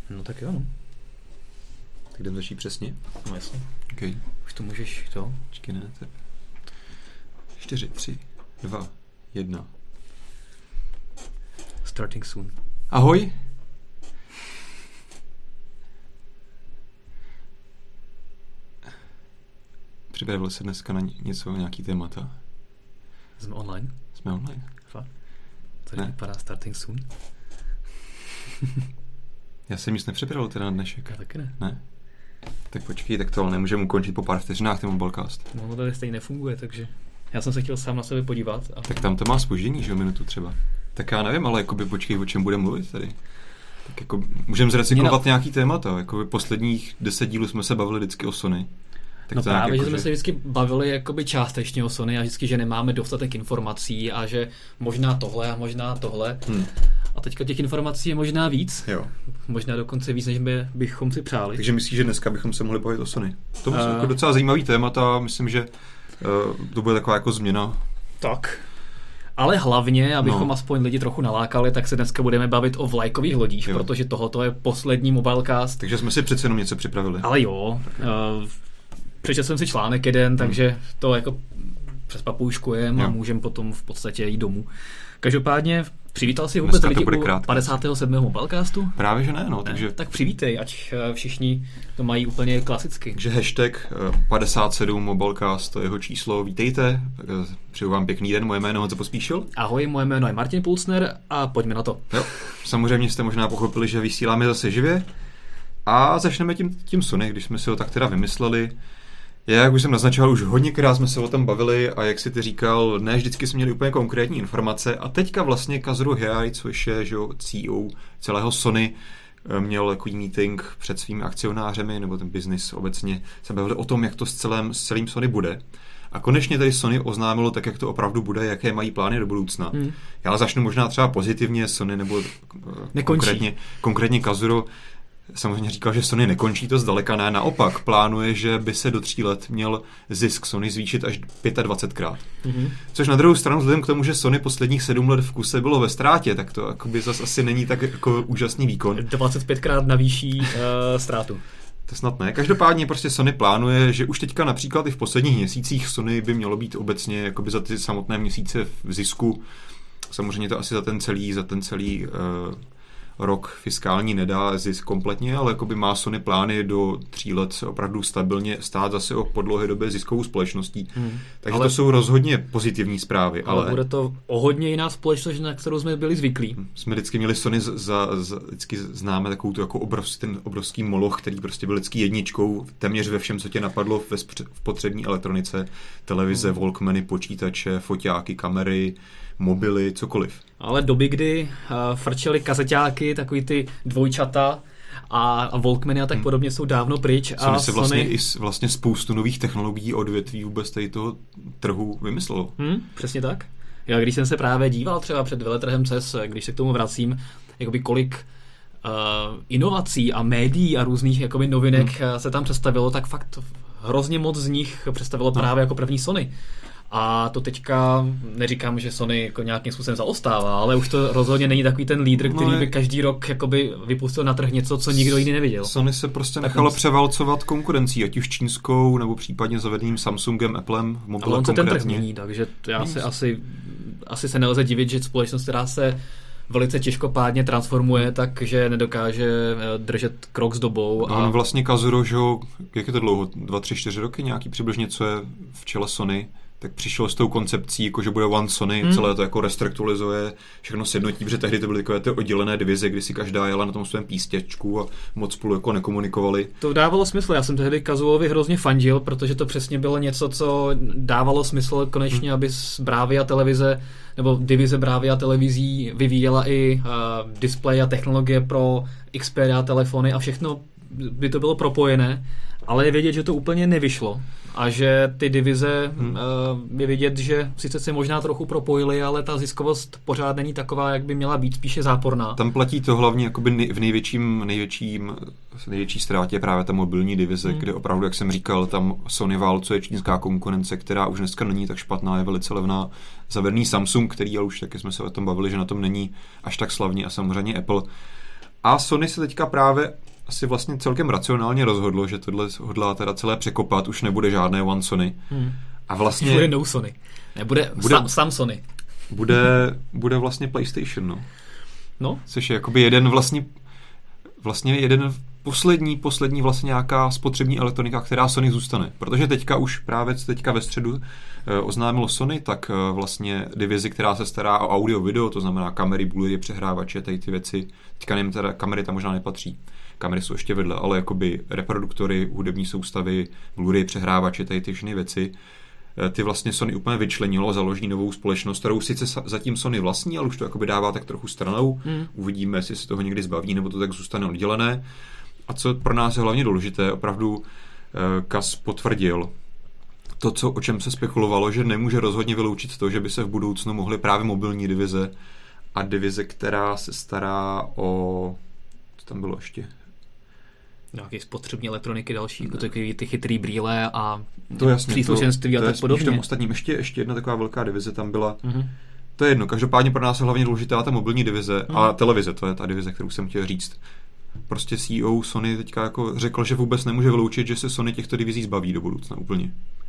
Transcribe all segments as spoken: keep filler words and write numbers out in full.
No tak jo, no. Tak jdem začít přesně? No jasně. Okay. Už to můžeš to? Čekaj, ne, tak. Čtyři, tři, dva, jedna. Starting soon. Ahoj. Připravil se dneska na něco, nějaký témata? Jsme online? Jsme online. Fakt? Tady vypadá starting soon. Já jsem nic nepřipravil teda na dnešek. Já taky ne. Ne? Tak počkej, tak to ale nemůžeme ukončit po pár vteřinách ten mobilecast. No to tady stejně nefunguje, takže já jsem se chtěl sám na sebe podívat. A... Tak tam to má zpoždění, že o minutu třeba. Tak já nevím, ale jakoby počkej, o čem budeme mluvit tady. Tak jako můžeme zrecyklovat na... nějaký témata. Jakoby posledních deset dílů jsme se bavili vždycky o Sony. Tak no právě, jako, že jsme že... se vždycky bavili jakoby částečně o Sony a vždycky, že nemáme dostatek informací a že možná tohle a možná tohle. Hmm. A teďka těch informací je možná víc. Jo. Možná dokonce víc, než by, bychom si přáli. Takže myslíš, že dneska bychom se mohli bavit o Sony? To je uh... jako docela zajímavý témata, myslím, že uh, to bude taková jako změna. Tak. Ale hlavně, abychom no. aspoň lidi trochu nalákali, tak se dneska budeme bavit o vlajkových lodích, jo. Protože tohoto je poslední mobilecast. Takže jsme si přece jenom něco připravili. Ale jo. Uh, přečetl jsem si článek jeden, takže hmm. to jako přes papouškujem a můžeme potom v podstatě jít domů. Každopádně přivítal si vůbec lidi u padesátého sedmého mobilecastu? Právě, že ne, no. Takže... Ne, tak přivítej, ať všichni to mají úplně klasicky. Takže hashtag padesát sedm mobilecast, to je jeho číslo, vítejte, přeju vám pěkný den, moje jméno Honza Pospíšil. Ahoj, moje jméno je Martin Pulsner a pojďme na to. Jo, samozřejmě jste možná pochopili, že vysíláme zase živě a začneme tím, tím Sony, když jsme si ho tak teda vymysleli. Jak už jsem naznačoval, už hodněkrát jsme se o tom bavili a jak si ty říkal, ne vždycky jsme měli úplně konkrétní informace a teďka vlastně Kazuo Hirai, což je že, C E O celého Sony, měl takový meeting před svými akcionářemi, nebo ten biznis obecně, se bavili o tom, jak to s, celém, s celým Sony bude. A konečně tady Sony oznámilo tak, jak to opravdu bude, jaké mají plány do budoucna. Hmm. Já začnu možná třeba pozitivně Sony, nebo konkrétně, konkrétně Kazuo. Samozřejmě říkal, že Sony nekončí, to zdaleka ne, naopak plánuje, že by se do tří let měl zisk Sony zvýšit až dvacetpětkrát. Mm-hmm. Což na druhou stranu, vzhledem k tomu, že Sony posledních sedm let v kuse bylo ve ztrátě, tak to jakoby zas asi není tak jako úžasný výkon. dvacetpětkrát navýší uh, ztrátu. To snad ne. Každopádně prostě Sony plánuje, že už teďka například i v posledních měsících Sony by mělo být obecně jakoby za ty samotné měsíce v zisku. Samozřejmě to asi za ten celý, za ten celý uh, rok fiskální nedá zisk kompletně, ale jakoby má Sony plány do tří let se opravdu stabilně stát zase o po dlouhé době ziskovou společností. Hmm. Takže ale, to jsou rozhodně pozitivní zprávy. Ale, ale bude to o hodně jiná společnost, na kterou jsme byli zvyklí. Jsme vždycky měli Sony, za, za, vždycky známe takovou tu jako obrovský, ten obrovský moloch, který prostě byl vždycky jedničkou téměř ve všem, co tě napadlo ve spře- v potřební elektronice, televize, hmm. Walkmany, počítače, foťáky, kamery, mobily, cokoliv. Ale doby, kdy uh, frčely kazeťáky, takový ty dvojčata a, a Walkmany a tak hmm. podobně jsou dávno pryč. Sony a se vlastně Sony... i vlastně spoustu nových technologií odvětví vůbec tady toho trhu vymyslelo. Hmm, přesně tak. Já když jsem se právě díval třeba před veletrhem C E S, když se k tomu vracím, jakoby kolik uh, inovací a médií a různých jakoby novinek hmm. se tam představilo, tak fakt hrozně moc z nich představilo no. právě jako první Sony. A to teďka, neříkám, že Sony jako nějakým způsobem zaostává, ale už to rozhodně není takový ten lídr, který no by každý rok jakoby vypustil na trh něco, co nikdo jiný neviděl. Sony se prostě nechalo tak převálcovat konkurencí, ať už čínskou, nebo případně zavedeným Samsungem, Applem, v mobile. Ale on se ten trh mění, takže já se asi, asi se nelze divit, že společnost, která se velice těžkopádně transformuje, takže nedokáže držet krok s dobou. A on vlastně Kazuo, že jak je to dlouho? Dva, tři, čtyři roky nějaký přibližně, co je v čele Sony, tak přišel s tou koncepcí, jako že bude One Sony, hmm. celé to jako restrukturalizuje, všechno sjednotí, protože tehdy to byly takové ty oddělené divize, kdy si každá jela na tom svém pístěčku a moc spolu jako nekomunikovali. To dávalo smysl, já jsem tehdy Kazuovi hrozně fandil, protože to přesně bylo něco, co dávalo smysl konečně, hmm. aby Bravia televize nebo divize Bravia televizí vyvíjela i uh, displeje a technologie pro Xperia telefony a všechno by to bylo propojené, ale je vědět, že to úplně nevyšlo a že ty divize hmm. uh, je vidět, že sice se možná trochu propojily, ale ta ziskovost pořád není taková, jak by měla být, spíše záporná. Tam platí to hlavně jakoby v největším, největším, největší ztrátě právě ta mobilní divize, hmm. kde opravdu, jak jsem říkal, tam Sony válcuje čínská konkurence, která už dneska není tak špatná, je velice levná. Zavedený Samsung, který ale už taky jsme se o tom bavili, že na tom není až tak slavný, a samozřejmě Apple. A Sony se teďka právě asi vlastně celkem racionálně rozhodlo, že tohle hodlá teda celé překopat, už nebude žádné One Sony. Hmm. A vlastně... Bude no Sony. Nebude bude, sam, sam Sony. Bude, bude vlastně PlayStation, no. No. Což je jakoby jeden vlastně, vlastně jeden poslední, poslední vlastně nějaká spotřební elektronika, která Sony zůstane. Protože teďka už právě teďka ve středu e, oznámilo Sony, tak e, vlastně divizi, která se stará o audio video, to znamená kamery, Blu-ray, přehrávače, tady ty věci. Teďka nevím, teda kamery tam možná nepatří. Kamery jsou ještě vedle, ale jakoby reproduktory, hudební soustavy, Blu-ray, přehrávače, tady ty všechny věci. Ty vlastně Sony úplně vyčlenilo, založí novou společnost, kterou sice zatím Sony vlastní, ale už to jakoby dává tak trochu stranou. Hmm. Uvidíme, jestli se toho někdy zbaví, nebo to tak zůstane oddělené. A co pro nás je hlavně důležité, opravdu K A S potvrdil to, co, o čem se spekulovalo, že nemůže rozhodně vyloučit to, že by se v budoucnu mohly právě mobilní divize a divize, která se stará o... Co tam bylo ještě? Nějaké spotřební elektroniky další, jako takový ty chytrý brýle a to jasně, příslušenství to, a to tak podobně. Tom ostatním. Ještě, ještě jedna taková velká divize tam byla. Mm-hmm. To je jedno, každopádně pro nás je hlavně důležitá ta mobilní divize mm. a televize, to je ta divize, kterou jsem chtěl říct. Prostě C E O Sony teďka jako řekl, že vůbec nemůže vyloučit, že se Sony těchto divizí zbaví do budoucna úplně.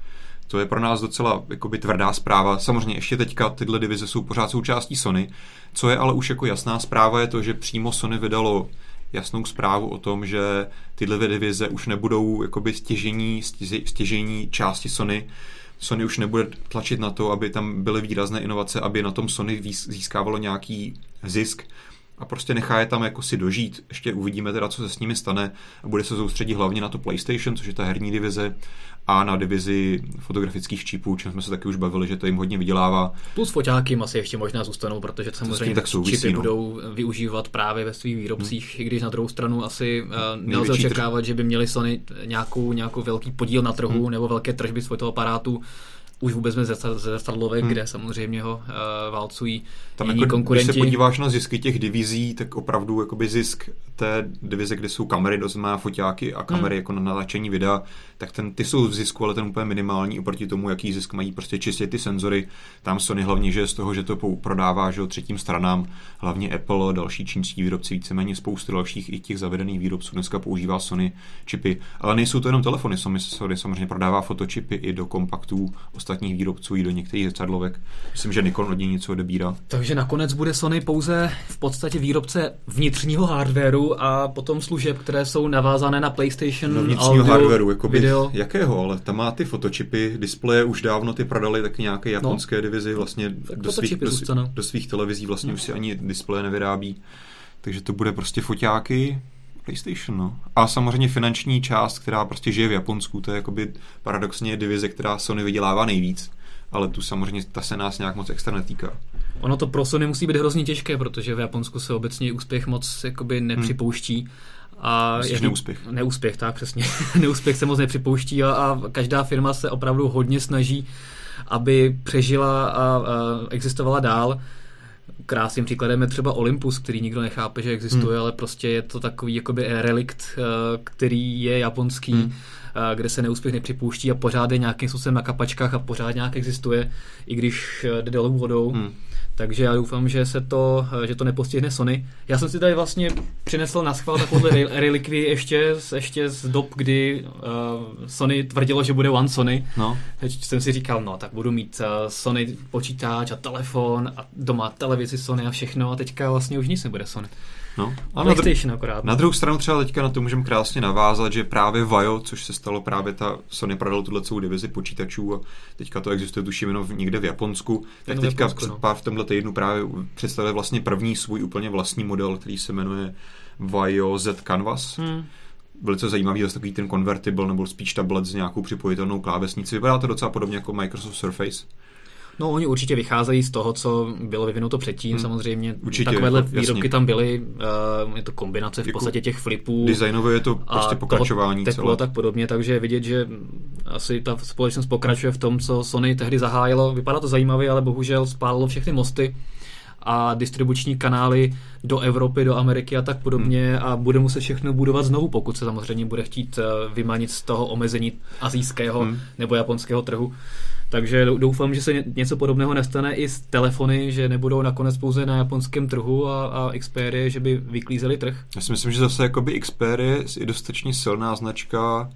To je pro nás docela jakoby tvrdá zpráva. Samozřejmě ještě teďka tyhle divize jsou pořád součástí Sony. Co je ale už jako jasná zpráva je to, že přímo Sony vydalo jasnou zprávu o tom, že tyhle divize už nebudou jakoby stěžení, stěžení části Sony. Sony už nebude tlačit na to, aby tam byly výrazné inovace, aby na tom Sony získávalo nějaký zisk a prostě nechá je tam jako si dožít. Ještě uvidíme teda, co se s nimi stane a bude se soustředit hlavně na to PlayStation, což je ta herní divize, a na divizi fotografických čipů, čím jsme se taky už bavili, že to jim hodně vydělává. Plus foťáky asi ještě možná zůstanou, protože samozřejmě tak souvisí, čipy no. budou využívat právě ve svých výrobcích, hmm. i když na druhou stranu asi uh, nelze očekávat, trž... že by měli Sony nějakou, nějakou velký podíl na trhu hmm. nebo velké tržby z fotoaparátu. Už vůbec jsme ze zrcadlovek, hmm. kde samozřejmě ho uh, válcují tam jiní jako, konkurenti. Když se podíváš na zisky těch divizí, tak opravdu jakoby zisk té divize, kde jsou kamery, to znamená foťáky a kamery hmm. jako na natáčení videa, tak ten, ty jsou v zisku, ale ten úplně minimální oproti tomu, jaký zisk mají prostě čistě ty senzory. Tam Sony hlavně, že z toho, že to prodává že třetím stranám, hlavně Apple, další čínští výrobci, víceméně spoustu dalších i těch zavedených výrobců dneska používá Sony čipy. Ale nejsou to jenom telefony, Sony samozřejmě prodává fotočipy i do kompaktů ostatních výrobců, i do některých zrcadlovek. Myslím, že Nikon od něj něco odebírá. Takže nakonec bude Sony pouze v podstatě výrobce vnitřního hardwaru a potom služeb, které jsou navázané na PlayStation, no, vnitřního hardwaru, jakoby, video. Jakého, ale tam má ty fotočipy, displeje už dávno ty prodali tak nějaké japonské no. divizi, vlastně do svých, do, do svých televizí vlastně no. už si ani displeje nevyrábí. Takže to bude prostě foťáky, PlayStation, no. A samozřejmě finanční část, která prostě žije v Japonsku, to je jakoby paradoxně divize, která Sony vydělává nejvíc, ale tu samozřejmě ta se nás nějak moc extra netýká. Ono to pro Sony musí být hrozně těžké, protože v Japonsku se obecně úspěch moc jakoby nepřipouští. Hmm. A Myslíš neúspěch? Neúspěch, tak přesně. Neúspěch se moc nepřipouští a, a každá firma se opravdu hodně snaží, aby přežila a, a existovala dál. Krásným příkladem je třeba Olympus, který nikdo nechápe, že existuje, hmm. ale prostě je to takový jakoby relikt, který je japonský, hmm. kde se neúspěch nepřipouští a pořád je nějakým způsobem na kapačkách a pořád nějak existuje, i když jde dolů vodou. Hmm. Takže já doufám, že se to, že to nepostihne Sony. Já jsem si tady vlastně přinesl na schvál takovouhle relikvii ještě, ještě z dob, kdy uh, Sony tvrdilo, že bude One Sony. No. Teď jsem si říkal, no tak budu mít uh, Sony počítač a telefon a doma televizi Sony a všechno a teďka vlastně už nic nebude Sony. No, a na, dru- akorát. na druhou stranu třeba teďka na to můžeme krásně navázat, že právě Vaio, což se stalo právě ta Sony prodal tuhle celou divizi počítačů a teďka to existuje tuším jenom někde v Japonsku, tak teďka Japonsku, no. pár v tomhle týdnu právě představil vlastně první svůj úplně vlastní model, který se jmenuje Vaio Z Canvas. Hmm. Velice zajímavý, zase takový ten convertible nebo spíš tablet s nějakou připojitelnou klávesnici. Vypadá to docela podobně jako Microsoft Surface. No, oni určitě vycházejí z toho, co bylo vyvinuto předtím, hmm. samozřejmě. Určitě, takovéhle jasně. výrobky tam byly, uh, je to kombinace v jako podstatě těch flipů. Designově je to prostě pokračování celé. A tak podobně, takže je vidět, že asi ta společnost pokračuje v tom, co Sony tehdy zahájilo. Vypadá to zajímavě, ale bohužel spálilo všechny mosty a distribuční kanály do Evropy, do Ameriky a tak podobně hmm. a bude muset všechno budovat znovu, pokud se samozřejmě bude chtít vymanit z toho omezení asijského hmm. nebo japonského trhu. Takže doufám, že se něco podobného nestane i s telefony, že nebudou nakonec pouze na japonském trhu a, a Xperia, že by vyklízeli trh. Já si myslím, že zase jakoby Xperia je dostatečně silná značka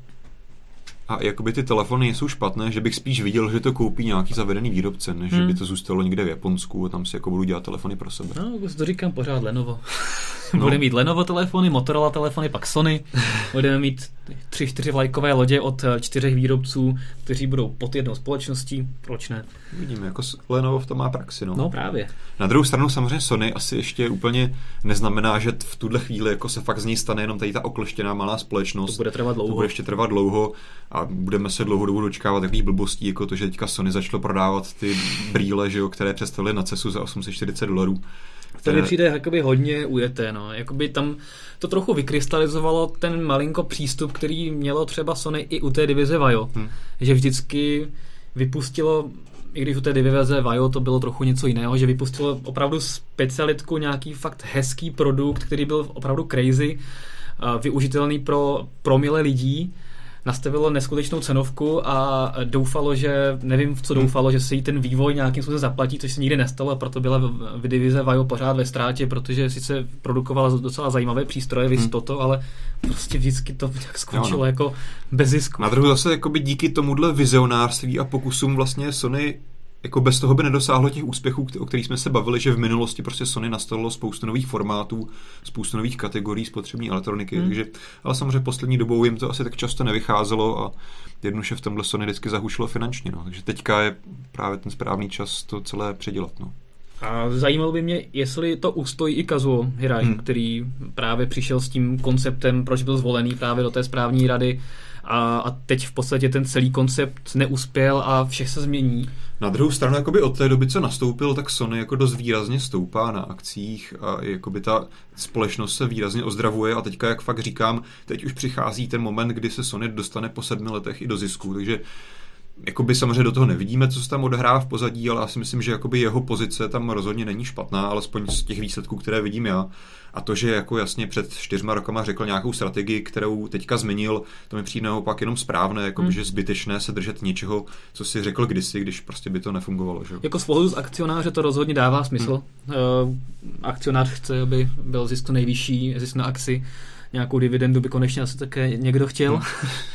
a jakoby ty telefony nejsou špatné, že bych spíš viděl, že to koupí nějaký zavedený výrobce, než hmm. že by to zůstalo někde v Japonsku a tam si jako budou dělat telefony pro sebe. No, to říkám pořád Lenovo. No. Budeme mít Lenovo telefony, Motorola telefony, pak Sony. Budeme mít tři, čtyři vlajkové lodě od čtyřech výrobců, kteří budou pod jednou společností. Proč ne? Vidíme, jako Lenovo v tom má praxi. No. no právě. Na druhou stranu samozřejmě Sony asi ještě úplně neznamená, že v tuhle chvíli jako se fakt z ní stane jenom tady ta okleštěná malá společnost. To bude trvat dlouho. To bude ještě trvat dlouho a budeme se dlouho dobu dočkávat takových blbostí, jako to, že teďka Sony začalo prodávat ty brýle, že jo, které představily na cestu za osm set čtyřicet dolarů. To mi přijde jakoby hodně ujeté, no. Jakoby tam to trochu vykrystalizovalo ten malinko přístup, který mělo třeba Sony i u té divize Vaio. Hmm. Že vždycky vypustilo, i když u té divize Vaio to bylo trochu něco jiného, že vypustilo opravdu specialitku, nějaký fakt hezký produkt, který byl opravdu crazy, využitelný pro promile lidí, nastavilo neskutečnou cenovku a doufalo, že, nevím, v co doufalo, že se jí ten vývoj nějakým způsobem zaplatí, což se nikdy nestalo a proto byla v, v divize Vaio pořád ve ztrátě, protože sice produkovala docela zajímavé přístroje, hmm. víc toto, ale prostě vždycky to nějak skončilo no, no. jako bez zisku. Na druhou zase jakoby díky tomuhle vizionářství a pokusům vlastně Sony jako bez toho by nedosáhlo těch úspěchů, o kterých jsme se bavili, že v minulosti prostě Sony nastavilo spoustu nových formátů, spoustu nových kategorií spotřební elektroniky, hmm. takže, ale samozřejmě poslední dobou jim to asi tak často nevycházelo a jednoduše v tomhle Sony vždycky zahušilo finančně, no. Takže teďka je právě ten správný čas to celé předělat, no. A zajímalo by mě, jestli to ustojí i Kazuo Hirai, hmm. který právě přišel s tím konceptem, proč byl zvolený právě do té správní rady a, a teď v podstatě ten celý koncept neuspěl a vše se změní. Na druhou stranu, jakoby od té doby, co nastoupil, tak Sony jako dost výrazně stoupá na akcích a jakoby ta společnost se výrazně ozdravuje a teďka, jak fakt říkám, teď už přichází ten moment, kdy se Sony dostane po sedmi letech i do zisku, takže jakoby samozřejmě do toho nevidíme, co se tam odehrává v pozadí, ale já si myslím, že jakoby jeho pozice tam rozhodně není špatná, alespoň z těch výsledků, které vidím já. A to, že jako jasně před čtyřma rokama řekl nějakou strategii, kterou teďka změnil, to mi přijde naopak jenom správné, jakoby, hmm. že zbytečné se držet něčeho, co si řekl kdysi, když prostě by to nefungovalo. Že? Jako z pohledu z akcionáře to rozhodně dává smysl. Hmm. Uh, akcionář chce, aby byl zisk to nejvyšší, zisk na akci, nějakou dividendu by konečně asi také někdo chtěl. Hmm.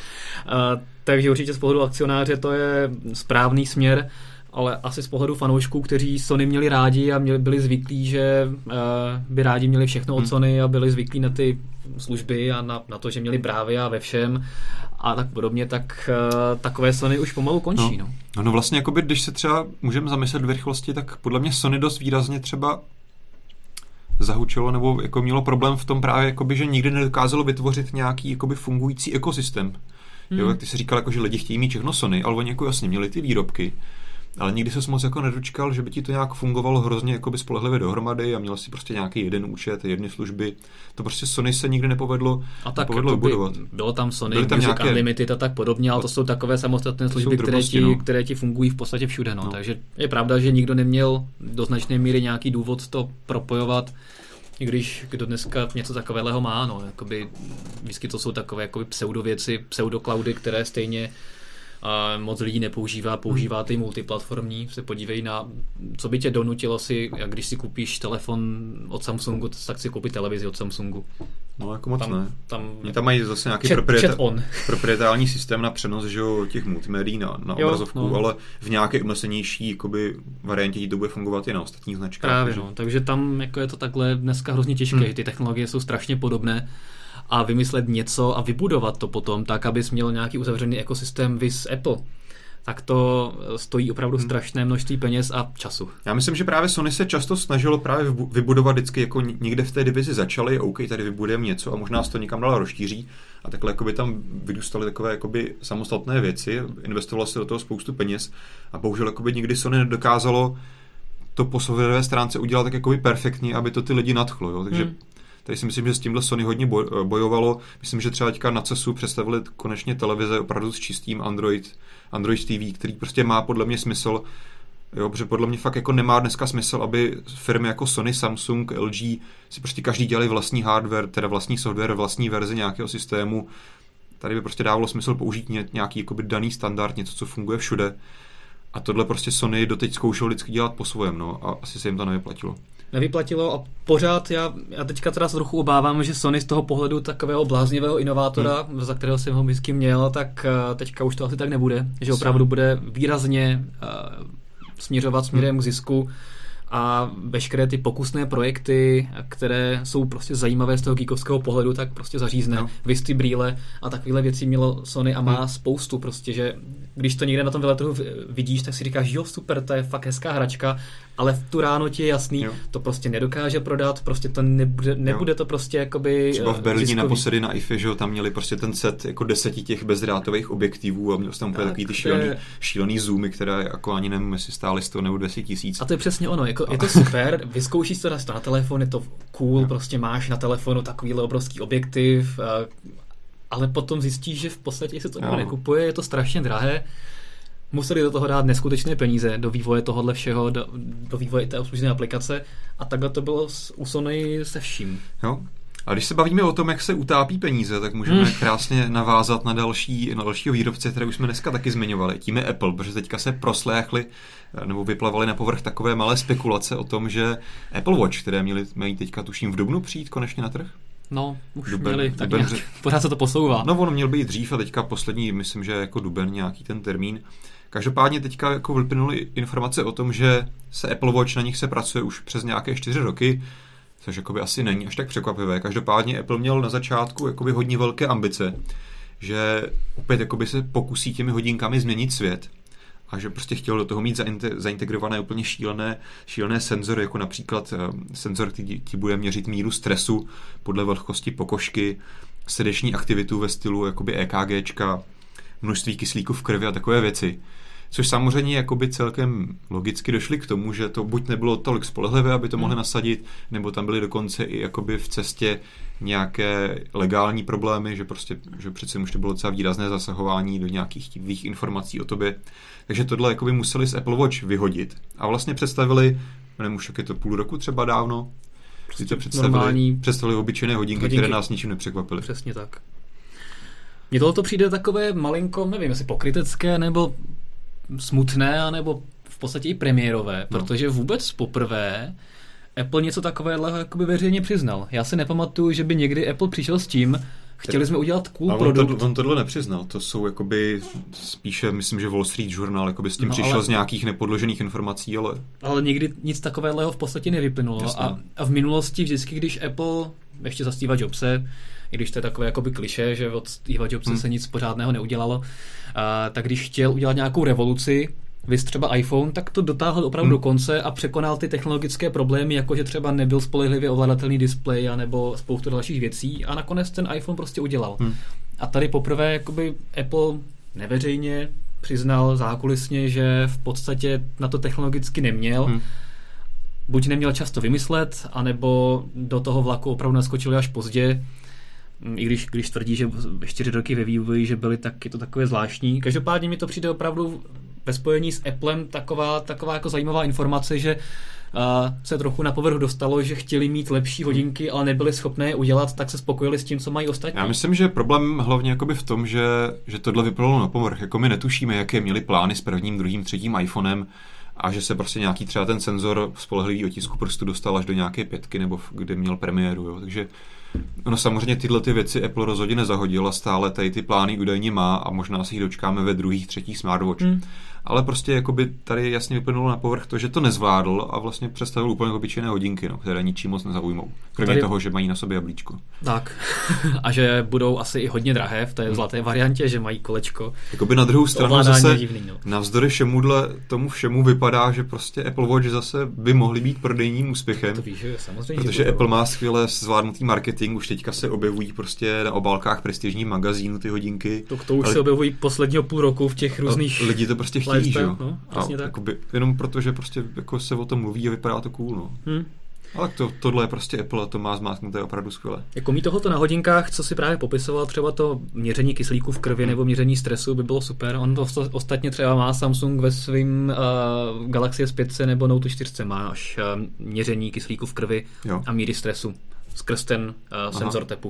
Uh, takže určitě z pohledu akcionáře to je správný směr, ale asi z pohledu fanoušků, kteří Sony měli rádi a měli, byli zvyklí, že uh, by rádi měli všechno od Sony a byli zvyklí na ty služby a na, na to, že měli Bravia ve všem a tak podobně, tak uh, takové Sony už pomalu končí. No, no. no vlastně, jakoby, když se třeba můžeme zamyslet v rychlosti, tak podle mě Sony dost výrazně třeba zahučilo nebo jako mělo problém v tom právě, jakoby, že nikdy nedokázalo vytvořit nějaký jakoby, fungující ekosystém. Hmm. Jo, jak ty jsi říkal, jako, že lidi chtějí mít všechno Sony, ale oni jako jasně měli ty výrobky, ale nikdy ses moc jako nedočkal, že by ti to nějak fungovalo hrozně jakoby spolehlivě dohromady a měl si prostě nějaký jeden účet, jedny služby. To prostě Sony se nikdy nepovedlo, a tak nepovedlo budovat. Bylo tam Sony, Music nějaké... Unlimited a tak podobně, ale to jsou takové samostatné služby, které ti, no. které ti fungují v podstatě všude. No. No. Takže je pravda, že nikdo neměl do značné míry nějaký důvod to propojovat, i když kdo dneska něco takového má, no, jakoby, vždycky to jsou takové jakoby pseudověci, pseudocloudy, které stejně uh, moc lidí nepoužívá, používá ty multiplatformní, se podívej na, co by tě donutilo si, jak když si koupíš telefon od Samsungu, tak si koupit televizi od Samsungu. No jako moc tam, ne. Tam, Mě tam mají zase nějaký chat, proprieta- chat on. proprietární systém na přenos, že jo, těch multimédií na, na jo, obrazovku, no. ale v nějaké umyslnější jakoby, variantě to bude fungovat i na ostatních značkách. Právě, no. Takže tam jako je to takhle dneska hrozně těžké. Hmm. Ty technologie jsou strašně podobné a vymyslet něco a vybudovat to potom tak, abys měl nějaký uzavřený ekosystém vis Apple, tak to stojí opravdu hmm. strašné množství peněz a času. Já myslím, že právě Sony se často snažilo právě vybudovat vždycky, jako někde v té divizi začali, OK, tady vybudujeme něco a možná se to někam dál rozšíří a takhle jakoby tam vyrůstaly takové jakoby samostatné věci, investovalo se do toho spoustu peněz a bohužel jakoby nikdy Sony nedokázalo to po softwarové stránce udělat tak jakoby perfektně, aby to ty lidi nadchlo, jo? Takže hmm. tady si myslím, že s tímhle Sony hodně bojovalo. Myslím, že třeba teďka na cesu představili konečně televize opravdu s čistým Android, Android T V, který prostě má podle mě smysl, jo, protože podle mě fakt jako nemá dneska smysl, aby firmy jako Sony, Samsung, L G si prostě každý dělali vlastní hardware, teda vlastní software, vlastní verzi nějakého systému. Tady by prostě dávalo smysl použít nějaký jakoby daný standard, něco, co funguje všude. A tohle prostě Sony doteď zkoušel vždycky dělat po svém, no, a asi se jim to nevyplatilo. Nevyplatilo a pořád já, já teďka teda trochu obávám, že Sony z toho pohledu takového bláznivého inovátora, hmm. za kterého jsem ho vždycky měl, tak teďka už to asi tak nebude, že opravdu bude výrazně uh, směřovat směrem hmm. k zisku a veškeré ty pokusné projekty, které jsou prostě zajímavé z toho geekovského pohledu, tak prostě zařízne. No. Vysty brýle a takovéhle věci mělo Sony a má hmm. spoustu prostě, že když to někde na tom veletrhu vidíš, tak si říkáš, jo super, to je fakt hezká hračka, ale v tu ráno ti je jasný, jo. to prostě nedokáže prodat, prostě to nebude, nebude to prostě jakoby třeba v Berlíně naposledy na I F E, že jo, tam měli prostě ten set jako deseti těch bezdrátových objektivů a měl tam úplně takový ty šílený, je... šílený zoomy, které jako ani nevím, jestli stály sto nebo deset tisíc. A to je přesně ono, jako, je to super, vyzkoušíš to, dáš to na telefon, je to cool, jo. prostě máš na telefonu takovýhle obrovský objektiv, ale potom zjistíš, že v podstatě se to nikdo nekupuje, je to strašně drahé. Museli do toho dát neskutečné peníze do vývoje tohohle všeho, do, do vývoje té obslužné aplikace a takhle to bylo u Sony se vším. Jo. A když se bavíme o tom, jak se utápí peníze, tak můžeme hmm. krásně navázat na další, na dalšího výrobce, které už jsme dneska taky zmiňovali. Tím je Apple, protože teďka se prosléchly nebo vyplavaly na povrch takové malé spekulace o tom, že Apple Watch, které měli, mají teďka tuším v dubnu přijít konečně na trh. No, už duben, měli, tak duben, nějak, pořád se to posouvá. No, ono měl být dřív a teďka poslední, myslím, že jako duben nějaký ten termín. Každopádně teďka jako vyplynuly informace o tom, že se Apple Watch, na nich se pracuje už přes nějaké čtyři roky, což jakoby asi není až tak překvapivé. Každopádně Apple měl na začátku jakoby hodně velké ambice, že opět jakoby se pokusí těmi hodinkami změnit svět a že prostě chtěl do toho mít zaintegrované úplně šílené, šílené senzory, jako například senzor, který ti bude měřit míru stresu podle vlhkosti pokožky, srdeční aktivitu ve stylu jakoby EKGčka, množství kyslíku v krvi a takové věci. Což samozřejmě jakoby celkem logicky došli k tomu, že to buď nebylo tolik spolehlivé, aby to mohli nasadit, nebo tam byly dokonce i jakoby v cestě nějaké legální problémy, že prostě, že přece už to bylo docela výrazné zasahování do nějakých tvých informací o tobě. Takže tohle jakoby museli z Apple Watch vyhodit. A vlastně představili, nevím už, jak je to půl roku třeba dávno, prostě to představili, normální... představili obyčejné hodinky, hodinky, které nás ničím nepřekvapily. Přesně tak. Mně tohle to přijde takové malinko, nevím, jestli pokrytecké, nebo smutné, nebo v podstatě i premiérové, no. Protože vůbec poprvé Apple něco takového jakoby veřejně přiznal. Já si nepamatuju, že by někdy Apple přišel s tím, chtěli jsme udělat cool on produkt. To, on tohle nepřiznal, to jsou jakoby spíše, myslím, že Wall Street Journal jakoby s tím no, přišel ale, z nějakých nepodložených informací, ale... Ale nikdy nic takového v podstatě nevyplynulo. A, a v minulosti vždycky, když Apple, ještě za Steva Jobse, i když to je takové jakoby klišé, že od Steva Jobse hmm. se nic pořádného neudělalo, a, tak když chtěl udělat nějakou revoluci, vys třeba iPhone, tak to dotáhl opravdu hmm. do konce a překonal ty technologické problémy, jako že třeba nebyl spolehlivě ovladatelný displej a nebo spoustu dalších věcí a nakonec ten iPhone prostě udělal. Hmm. A tady poprvé jakoby Apple neveřejně přiznal zákulisně, že v podstatě na to technologicky neměl. Hmm. Buď neměl čas to vymyslet, anebo do toho vlaku opravdu naskočili až pozdě. I když, když tvrdí, že čtyři roky ve vývoji, že byly, tak je to takové zvláštní. Každopádně mi to přijde opravdu ve spojení s Applem taková, taková jako zajímavá informace, že uh, se trochu na povrch dostalo, že chtěli mít lepší hodinky, ale nebyli schopné je udělat, tak se spokojili s tím, co mají ostatní. Já myslím, že problém hlavně jakoby v tom, že, že tohle vypadalo na povrch. Jako my netušíme, jaké měli plány s prvním, druhým, třetím iPhonem a že se prostě nějaký třeba ten senzor spolehlivý otisku prstu dostal až do nějaké pětky, nebo kde měl premiéru. Jo. Takže ono samozřejmě tyhle ty věci Apple rozhodně nezahodil a stále tady ty plány údajně má a možná si jich dočkáme ve druhých, třetích smartwatch. Hmm. Ale prostě jakoby tady jasně vyplynulo na povrch to, že to nezvládl a vlastně představil úplně obyčejné hodinky, no, které ničím moc nezaujmou. Kromě tady... toho, že mají na sobě jablíčko. Tak. A že budou asi i hodně drahé v té hmm. zlaté variantě, že mají kolečko. Jakoby na druhou stranu zase divný, no. Navzdory všemuhle tomu všemu vypadá, že prostě Apple Watch zase by mohly být prodejním úspěchem. To víš, že samozřejmě. Protože Apple má skvěle zvládnutý marketing, už teďka se objevují prostě na obálkách prestižních magazínů ty hodinky. To, to už ale... se objevují posledního půl roku v těch různých. A lidi to prostě chtějí, že jo? No, a, jakoby, jenom protože prostě jako se o tom mluví a vypadá to cool, no. Hmm. Ale to, tohle je prostě Apple a to má zmáknuté opravdu skvěle. Jako mít tohoto na hodinkách, co si právě popisoval, třeba to měření kyslíku v krvi hmm. nebo měření stresu by bylo super. On to ostatně třeba má Samsung ve svým uh, Galaxy S pět nebo Note čtyři má až uh, měření kyslíku v krvi jo. a míry stresu skrz ten uh, senzor tepu.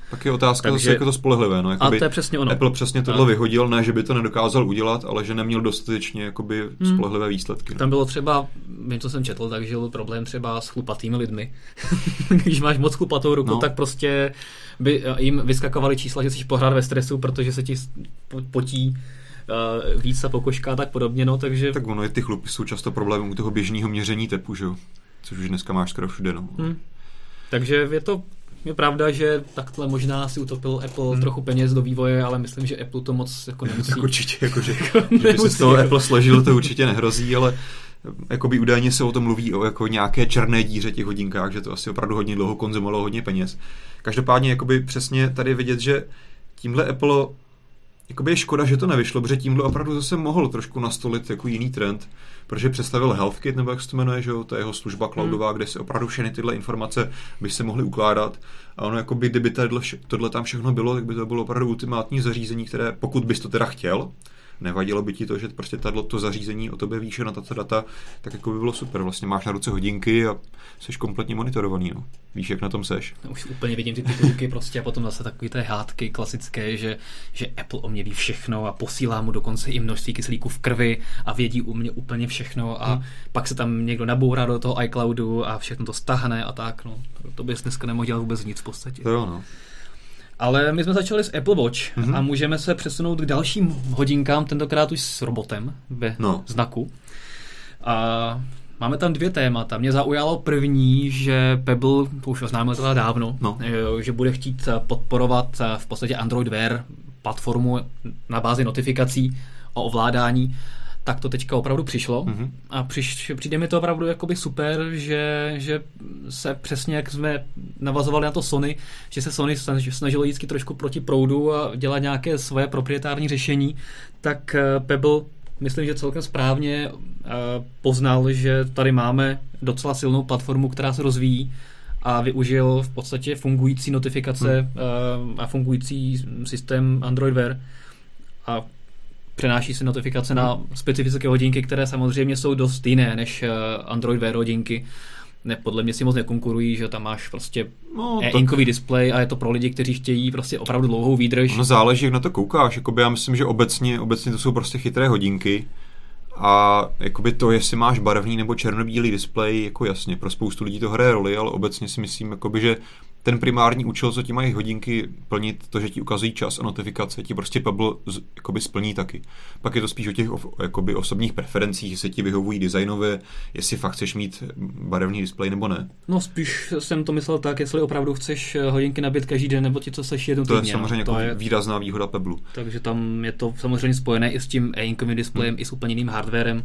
Tak je otázka Takže, zase jako to spolehlivé. No, a to je přesně ono. Apple přesně tohle vyhodil, ne, že by to nedokázal udělat, ale že neměl dostatečně jakoby hmm. spolehlivé výsledky. No. Tam bylo třeba, vím, co jsem četl, takže byl problém třeba s chlupatými lidmi. Když máš moc chlupatou ruku, no. tak prostě by jim vyskakovaly čísla, že jsi pohrát ve stresu, protože se ti potí uh, víc ta pokožka a tak podobně, no, takže... Tak ono, ty chlupy jsou často problémem u toho běžného měření tepu, že jo? Což už dneska máš skoro všude, no. Hmm. Takže je to je pravda, že takhle možná si utopil Apple hmm. trochu peněz do vývoje, ale myslím, že Apple to moc jako nemusí. Tak určitě, jako, že, že by se z toho Apple složil, to určitě nehrozí, ale jakoby údajně se o tom mluví o jako nějaké černé díře těch hodinkách, že to asi opravdu hodně dlouho konzumovalo hodně peněz. Každopádně jakoby přesně tady vidět, že tímhle Apple jakoby je škoda, že to nevyšlo, protože tímhle opravdu zase mohl trošku nastolit jako jiný trend, protože představil HealthKit, nebo jak se to jmenuje, že jo, to je jeho služba cloudová, hmm. kde se opravdu všechny tyhle informace by se mohly ukládat. A ono jakoby, kdyby tohle, tohle tam všechno bylo, tak by to bylo opravdu ultimátní zařízení, které, pokud bys to teda chtěl, nevadilo by ti to, že prostě tato, to zařízení o tobě ví na tato data, tak jako by bylo super. Vlastně máš na ruce hodinky a jsi kompletně monitorovaný. No. Víš, jak na tom seš. Už úplně vidím ty titulky prostě a potom zase takový té hádky klasické, že, že Apple o mě ví všechno a posílá mu dokonce i množství kyslíku v krvi a vědí u mě úplně všechno a hmm. pak se tam někdo nabourá do toho iCloudu a všechno to stáhne a tak. No. To bys dneska nemohl dělat vůbec nic v podstatě. To jo, no. Ale my jsme začali s Apple Watch mm-hmm. a můžeme se přesunout k dalším hodinkám, tentokrát už s robotem ve no. znaku. A máme tam dvě témata. Mě zaujalo první, že Pebble, to už oznámil teda dávno, no. že bude chtít podporovat v podstatě Android Wear platformu na bázi notifikací o ovládání. Tak to teďka opravdu přišlo mm-hmm. a přiš, přijde mi to opravdu jakoby super, že, že se přesně jak jsme navazovali na to Sony, že se Sony snažilo jít trošku proti proudu a dělat nějaké svoje proprietární řešení, tak Pebble myslím, že celkem správně poznal, že tady máme docela silnou platformu, která se rozvíjí a využil v podstatě fungující notifikace mm. a fungující systém Android Wear a přenáší se notifikace na specifické hodinky, které samozřejmě jsou dost jiné než Android Wear hodinky. Ne, podle mě si moc nekonkurují, že tam máš prostě no, e-inkový tak... displej a je to pro lidi, kteří chtějí prostě opravdu dlouhou výdrž. No záleží, jak na to koukáš. Jakoby já myslím, že obecně, obecně to jsou prostě chytré hodinky a jakoby to, jestli máš barevný nebo černobílý displej, jako jasně, pro spoustu lidí to hraje roli, ale obecně si myslím, jakoby, že ten primární účel, co ti mají hodinky plnit, to, že ti ukazují čas a notifikace, ti prostě Pebble jakoby splní taky. Pak je to spíš o těch jakoby osobních preferencích, jestli ti vyhovují designově, jestli fakt chceš mít barevný displej nebo ne. No spíš jsem to myslel tak, jestli opravdu chceš hodinky nabít každý den, nebo ti co seš jednou týdně. To je samozřejmě to jako je... výrazná výhoda Pebble. Takže tam je to samozřejmě spojené i s tím e-inkovým displejem, hmm. i s úplně jiným hardwarem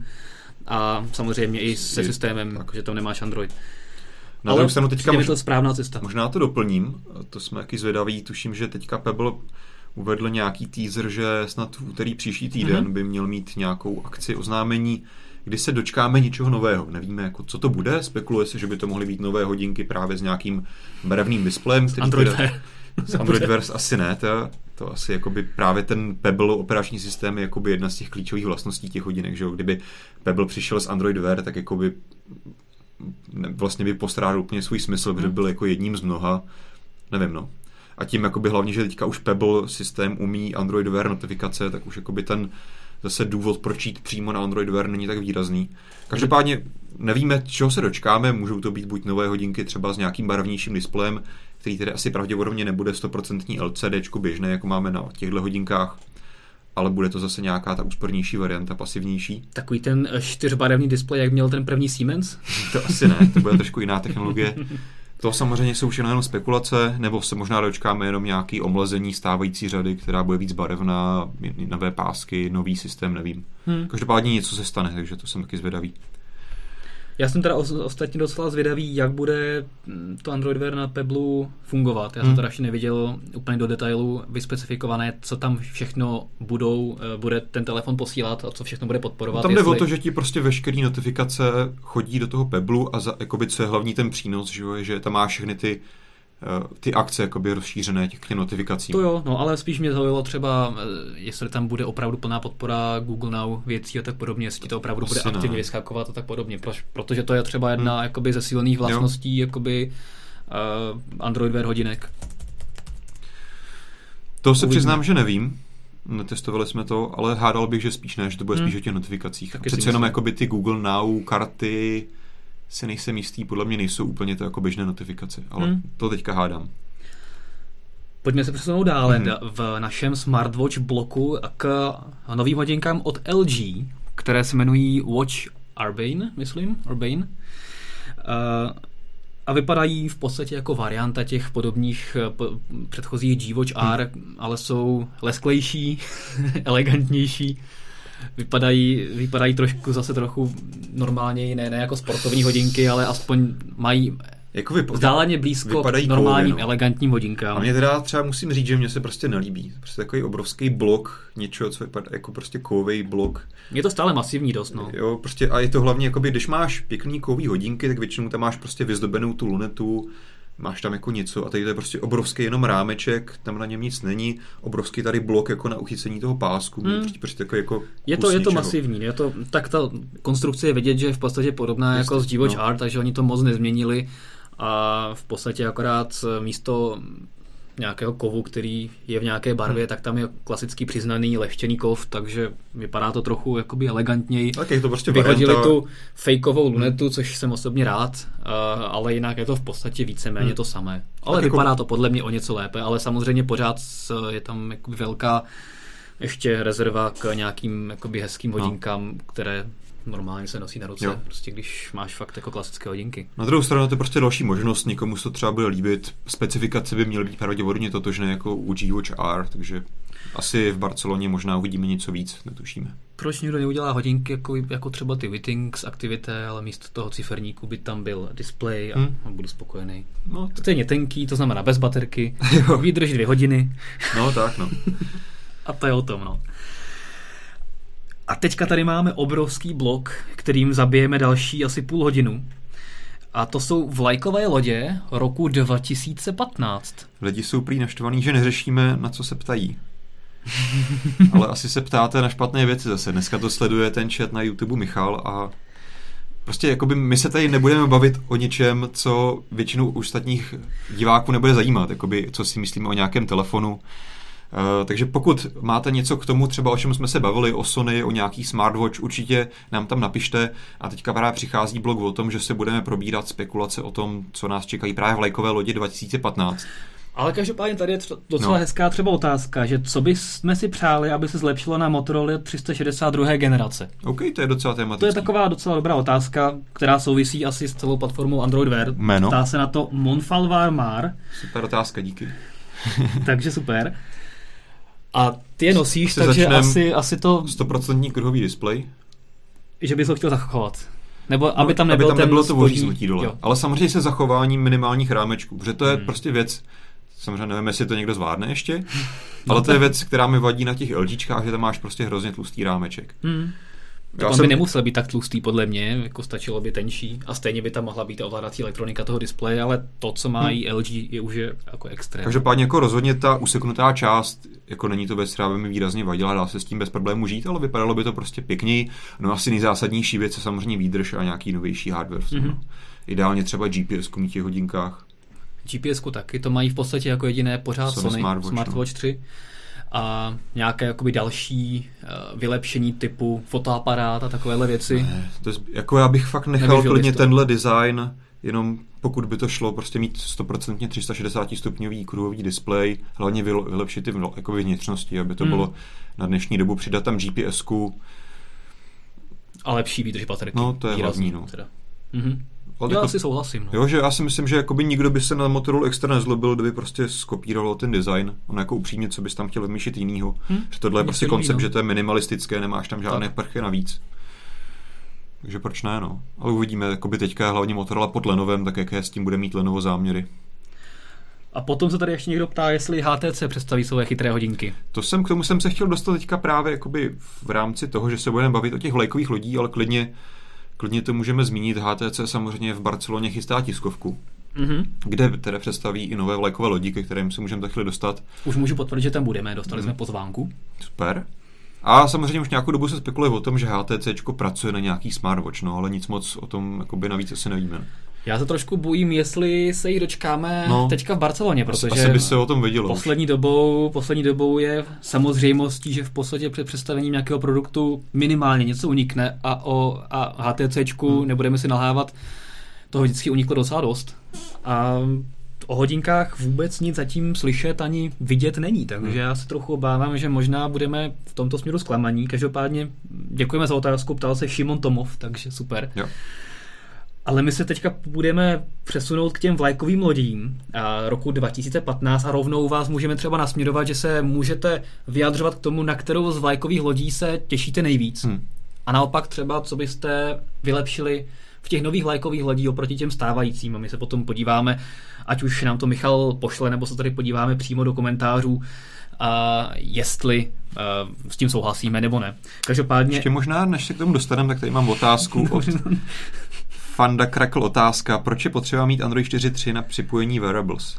a samozřejmě i se I, systémem, že tam nemáš Android. Na ale stranu teďka možná, to správná cesta. Možná to doplním, to jsme taky zvědaví, tuším, že teďka Pebble uvedl nějaký teaser, že snad v úterý příští týden mm-hmm. by měl mít nějakou akci oznámení, kdy se dočkáme něčeho nového. Nevíme, jako, co to bude, spekuluje se, že by to mohly být nové hodinky právě s nějakým barevným displejem. Android Wear. S Android Wear asi ne, to, to asi jakoby právě ten Pebble operační systém je jakoby jedna z těch klíčových vlastností těch hodinek, že jo? Kdyby Pebble přišel s Android Wear, tak jakoby vlastně by postrádal úplně svůj smysl, protože byl jako jedním z mnoha, nevím no. A tím jakoby hlavně, že teďka už Pebble systém umí Android Wear notifikace, tak už jakoby ten zase důvod, proč jít přímo na Android Wear není tak výrazný. Každopádně nevíme, čeho se dočkáme, můžou to být buď nové hodinky třeba s nějakým barevnějším displejem, který tedy asi pravděpodobně nebude sto procent LCDčko běžné, jako máme na těchto hodinkách, ale bude to zase nějaká ta úspornější varianta, pasivnější. Takový ten čtyřbarevný displej, jak měl ten první Siemens? To asi ne, to bude trošku jiná technologie. To samozřejmě jsou všechno jenom spekulace, nebo se možná dočkáme jenom nějaký omlezení stávající řady, která bude víc barevná, nové pásky, nový systém, nevím. Hmm. Každopádně něco se stane, takže to jsem taky zvědavý. Já jsem teda ostatně docela zvědavý, jak bude to Android Wear na Pebble fungovat. Já jsem hmm. teda ještě neviděl úplně do detailu vyspecifikované, co tam všechno budou, bude ten telefon posílat a co všechno bude podporovat. Tam jde jestli... o to, že ti prostě veškerý notifikace chodí do toho Pebble a za, jakoby, co je hlavní ten přínos, že, že tam máš všechny ty ty akce jakoby rozšířené těch notifikací. To jo, no ale spíš mě zaujalo třeba, jestli tam bude opravdu plná podpora Google Now věcí a tak podobně, jestli to opravdu bude aktivně ne. vyskakovat a tak podobně, protože to je třeba jedna hmm. jakoby ze silných vlastností jakoby uh, Android Wear hodinek. To se přiznám, že nevím. Netestovali jsme to, ale hádal bych, že spíš ne, že to bude hmm. spíš o těch notifikacích. Taky přece jenom jakoby ty Google Now karty si nejsem jistý, podle mě nejsou úplně to jako běžné notifikace, ale hmm. to teďka hádám. Pojďme se přesunout dále hmm. v našem smartwatch bloku k novým hodinkám od L G, které se jmenují Watch Urbane, myslím, Urbane. Uh, a vypadají v podstatě jako varianta těch podobných po, předchozích G-Watch R, hmm. ale jsou lesklejší, elegantnější. Vypadají, vypadají trošku zase trochu normálně, ne, ne jako sportovní hodinky, ale aspoň mají jako vyp- vzdáleně blízko k normálním kovy, no. elegantním hodinkám. A mě teda třeba musím říct, že mě se prostě nelíbí. Prostě takový obrovský blok, něčeho, co vypadá jako prostě kovový blok. Je to stále masivní dost, no. Jo, prostě a je to hlavně, jakoby, když máš pěkný kový hodinky, tak většinou tam máš prostě vyzdobenou tu lunetu, máš tam jako něco a tady to je prostě obrovský jenom rámeček, tam na něm nic není, obrovský tady blok jako na uchycení toho pásku, hmm. prostě, prostě takový jako je to, je to masivní, je to, tak ta konstrukce je vidět, že je v podstatě podobná Just, jako z G-Watch no. R, takže oni to moc nezměnili a v podstatě akorát místo nějakého kovu, který je v nějaké barvě, hmm. tak tam je klasický přiznaný lehčený kov, takže vypadá to trochu jakoby elegantněji. Tak je to prostě vyhodili varianta. tu fejkovou lunetu, což jsem osobně rád, ale jinak je to v podstatě víceméně hmm. to samé. Ale tak vypadá jako to podle mě o něco lépe, ale samozřejmě pořád je tam jakoby velká ještě rezerva k nějakým jakoby hezkým hodinkám, no. které normálně se nosí na ruce, jo. prostě když máš fakt jako klasické hodinky. Na druhou stranu to je prostě další možnost, někomu se to třeba bude líbit. Specifikace by měly být pravděpodobně totožné jako u G-Watch R, takže asi v Barceloně možná uvidíme něco víc, netušíme. Proč někdo neudělá hodinky jako, jako třeba ty Withings Activité, ale místo toho ciferníku by tam byl display a, hmm. a budu spokojený. No, to stejně tenký, to znamená bez baterky, vydrží dvě hodiny. No tak no. A to je o tom, no. A teďka tady máme obrovský blok, kterým zabijeme další asi půl hodinu. A to jsou vlajkové lodě roku dva tisíce patnáct. Lidi jsou prý naštvaný, že neřešíme, na co se ptají. Ale asi se ptáte na špatné věci zase. Dneska to sleduje ten chat na YouTube Michal a prostě jakoby my se tady nebudeme bavit o něčem, co většinu ostatních diváků nebude zajímat. Jakoby, co si myslíme o nějakém telefonu. Uh, takže pokud máte něco k tomu, třeba o čem jsme se bavili, o Sony, o nějaký smartwatch, určitě nám tam napište. A teďka právě přichází blog o tom, že se budeme probírat spekulace o tom, co nás čekají právě vlajkové lodi dva tisíce patnáct. Ale každopádně tady je tr- docela no. hezká třeba otázka, že co bychom si přáli, aby se zlepšilo na Motorola tři sta šedesát dva generace. OK, to je docela tematický. To je taková docela dobrá otázka, která souvisí asi s celou platformou Android Wear. Jméno? Ptá se na to Monfalvar Mar. Super otázka, díky. Takže super. A ty je nosíš, takže asi, asi to... sto procent kruhový displej. Že bys ho chtěl zachovat. Nebo aby tam nebylo, aby tam nebylo to spodní... voříznutí dole. Jo. Ale samozřejmě se zachováním minimálních rámečků, protože to je hmm. prostě věc, samozřejmě nevím, jestli to někdo zvládne ještě, ale to je věc, která mi vadí na těch LGčkách, že tam máš prostě hrozně tlustý rámeček. Hmm. Tak on jsem... by nemusel být tak tlustý podle mě, jako stačilo by tenčí a stejně by tam mohla být ovládací elektronika toho displeje, ale to, co má hmm. i L G, je už je jako extrém. Každopádně jako rozhodně ta useknutá část, jako není to věc, která by mi výrazně vadila, dá se s tím bez problémů žít, ale vypadalo by to prostě pěkněji. No asi nejzásadnější věc je samozřejmě výdrž a nějaký novější hardware. Mm-hmm. No. Ideálně třeba G P S ku mít v těch hodinkách. G P S ku taky, to mají v podstatě jako jediné pořád Sony, Sony Smartwatch, Smartwatch no. tři. A nějaké jakoby další uh, vylepšení typu fotoaparát a takovéhle věci. Ne, to je, jako já bych fakt nechal klidně tenhle design, jenom pokud by to šlo prostě mít sto procent tři sta šedesát stupňový kruhový displej, hlavně vylepšit ty jako vnitřnosti, aby to hmm. bylo na dnešní dobu, přidat tam G P S ku. A lepší výdrž baterky. No, to je hlavní, no. Mhm. Já jako, asi souhlasím. No. Jo, že já si myslím, že jakoby nikdo by se na Motorola extra nezlobil, kdyby prostě skopíroval ten design. On jako upřímně, co bys tam chtěl vymýšlet jinýho. Hm? Že tohle je prostě koncept, no. že to je minimalistické, nemáš tam žádné tak. prchy navíc. Takže proč ne, no. Ale uvidíme, jakoby teďka hlavně Motorola pod Lenovem, tak jaké s tím bude mít Lenovo záměry. A potom se tady ještě někdo ptá, jestli H T C představí své chytré hodinky. To jsem, k tomu jsem se chtěl dostat teďka právě jakoby v rámci toho, že se budeme bavit o těch vlajkových lodí, ale klidně Klidně to můžeme zmínit, H T C samozřejmě v Barceloně chystá tiskovku, mm-hmm. kde teda představí i nové vlajkové lodi, ke kterým se můžeme takhle dostat. Už můžu potvrdit, že tam budeme, dostali mm. jsme pozvánku. Super. A samozřejmě už nějakou dobu se spekuluje o tom, že H T C pracuje na nějaký smartwatch, no, ale nic moc o tom jakoby navíc asi nevíme. Já se trošku bojím, jestli se jí dočkáme no, teďka v Barceloně, protože asi by se o tom vědělo poslední dobou, poslední dobou je samozřejmostí, že v podstatě před představením nějakého produktu minimálně něco unikne a o a HTCčku hmm. nebudeme si nalhávat, toho vždycky uniklo docela dost. A o hodinkách vůbec nic zatím slyšet ani vidět není, takže hmm. já se trochu obávám, že možná budeme v tomto směru zklamaní. Každopádně děkujeme za otázku, ptal se Šimon Tomov, takže super. Jo. Ale my se teďka budeme přesunout k těm vlajkovým lodím a roku dva tisíce patnáct a rovnou vás můžeme třeba nasměrovat, že se můžete vyjadřovat k tomu, na kterou z vlajkových lodí se těšíte nejvíc. Hmm. A naopak třeba, co byste vylepšili v těch nových vlajkových lodí oproti těm stávajícím. A my se potom podíváme, ať už nám to Michal pošle, nebo se tady podíváme přímo do komentářů, a jestli uh, s tím souhlasíme nebo ne. Každopádně... Ještě možná, než se k tomu dostaneme, tak tady mám otázku od Fanda Krakl otázka, proč je potřeba mít Android čtyři tečka tři na připojení wearables?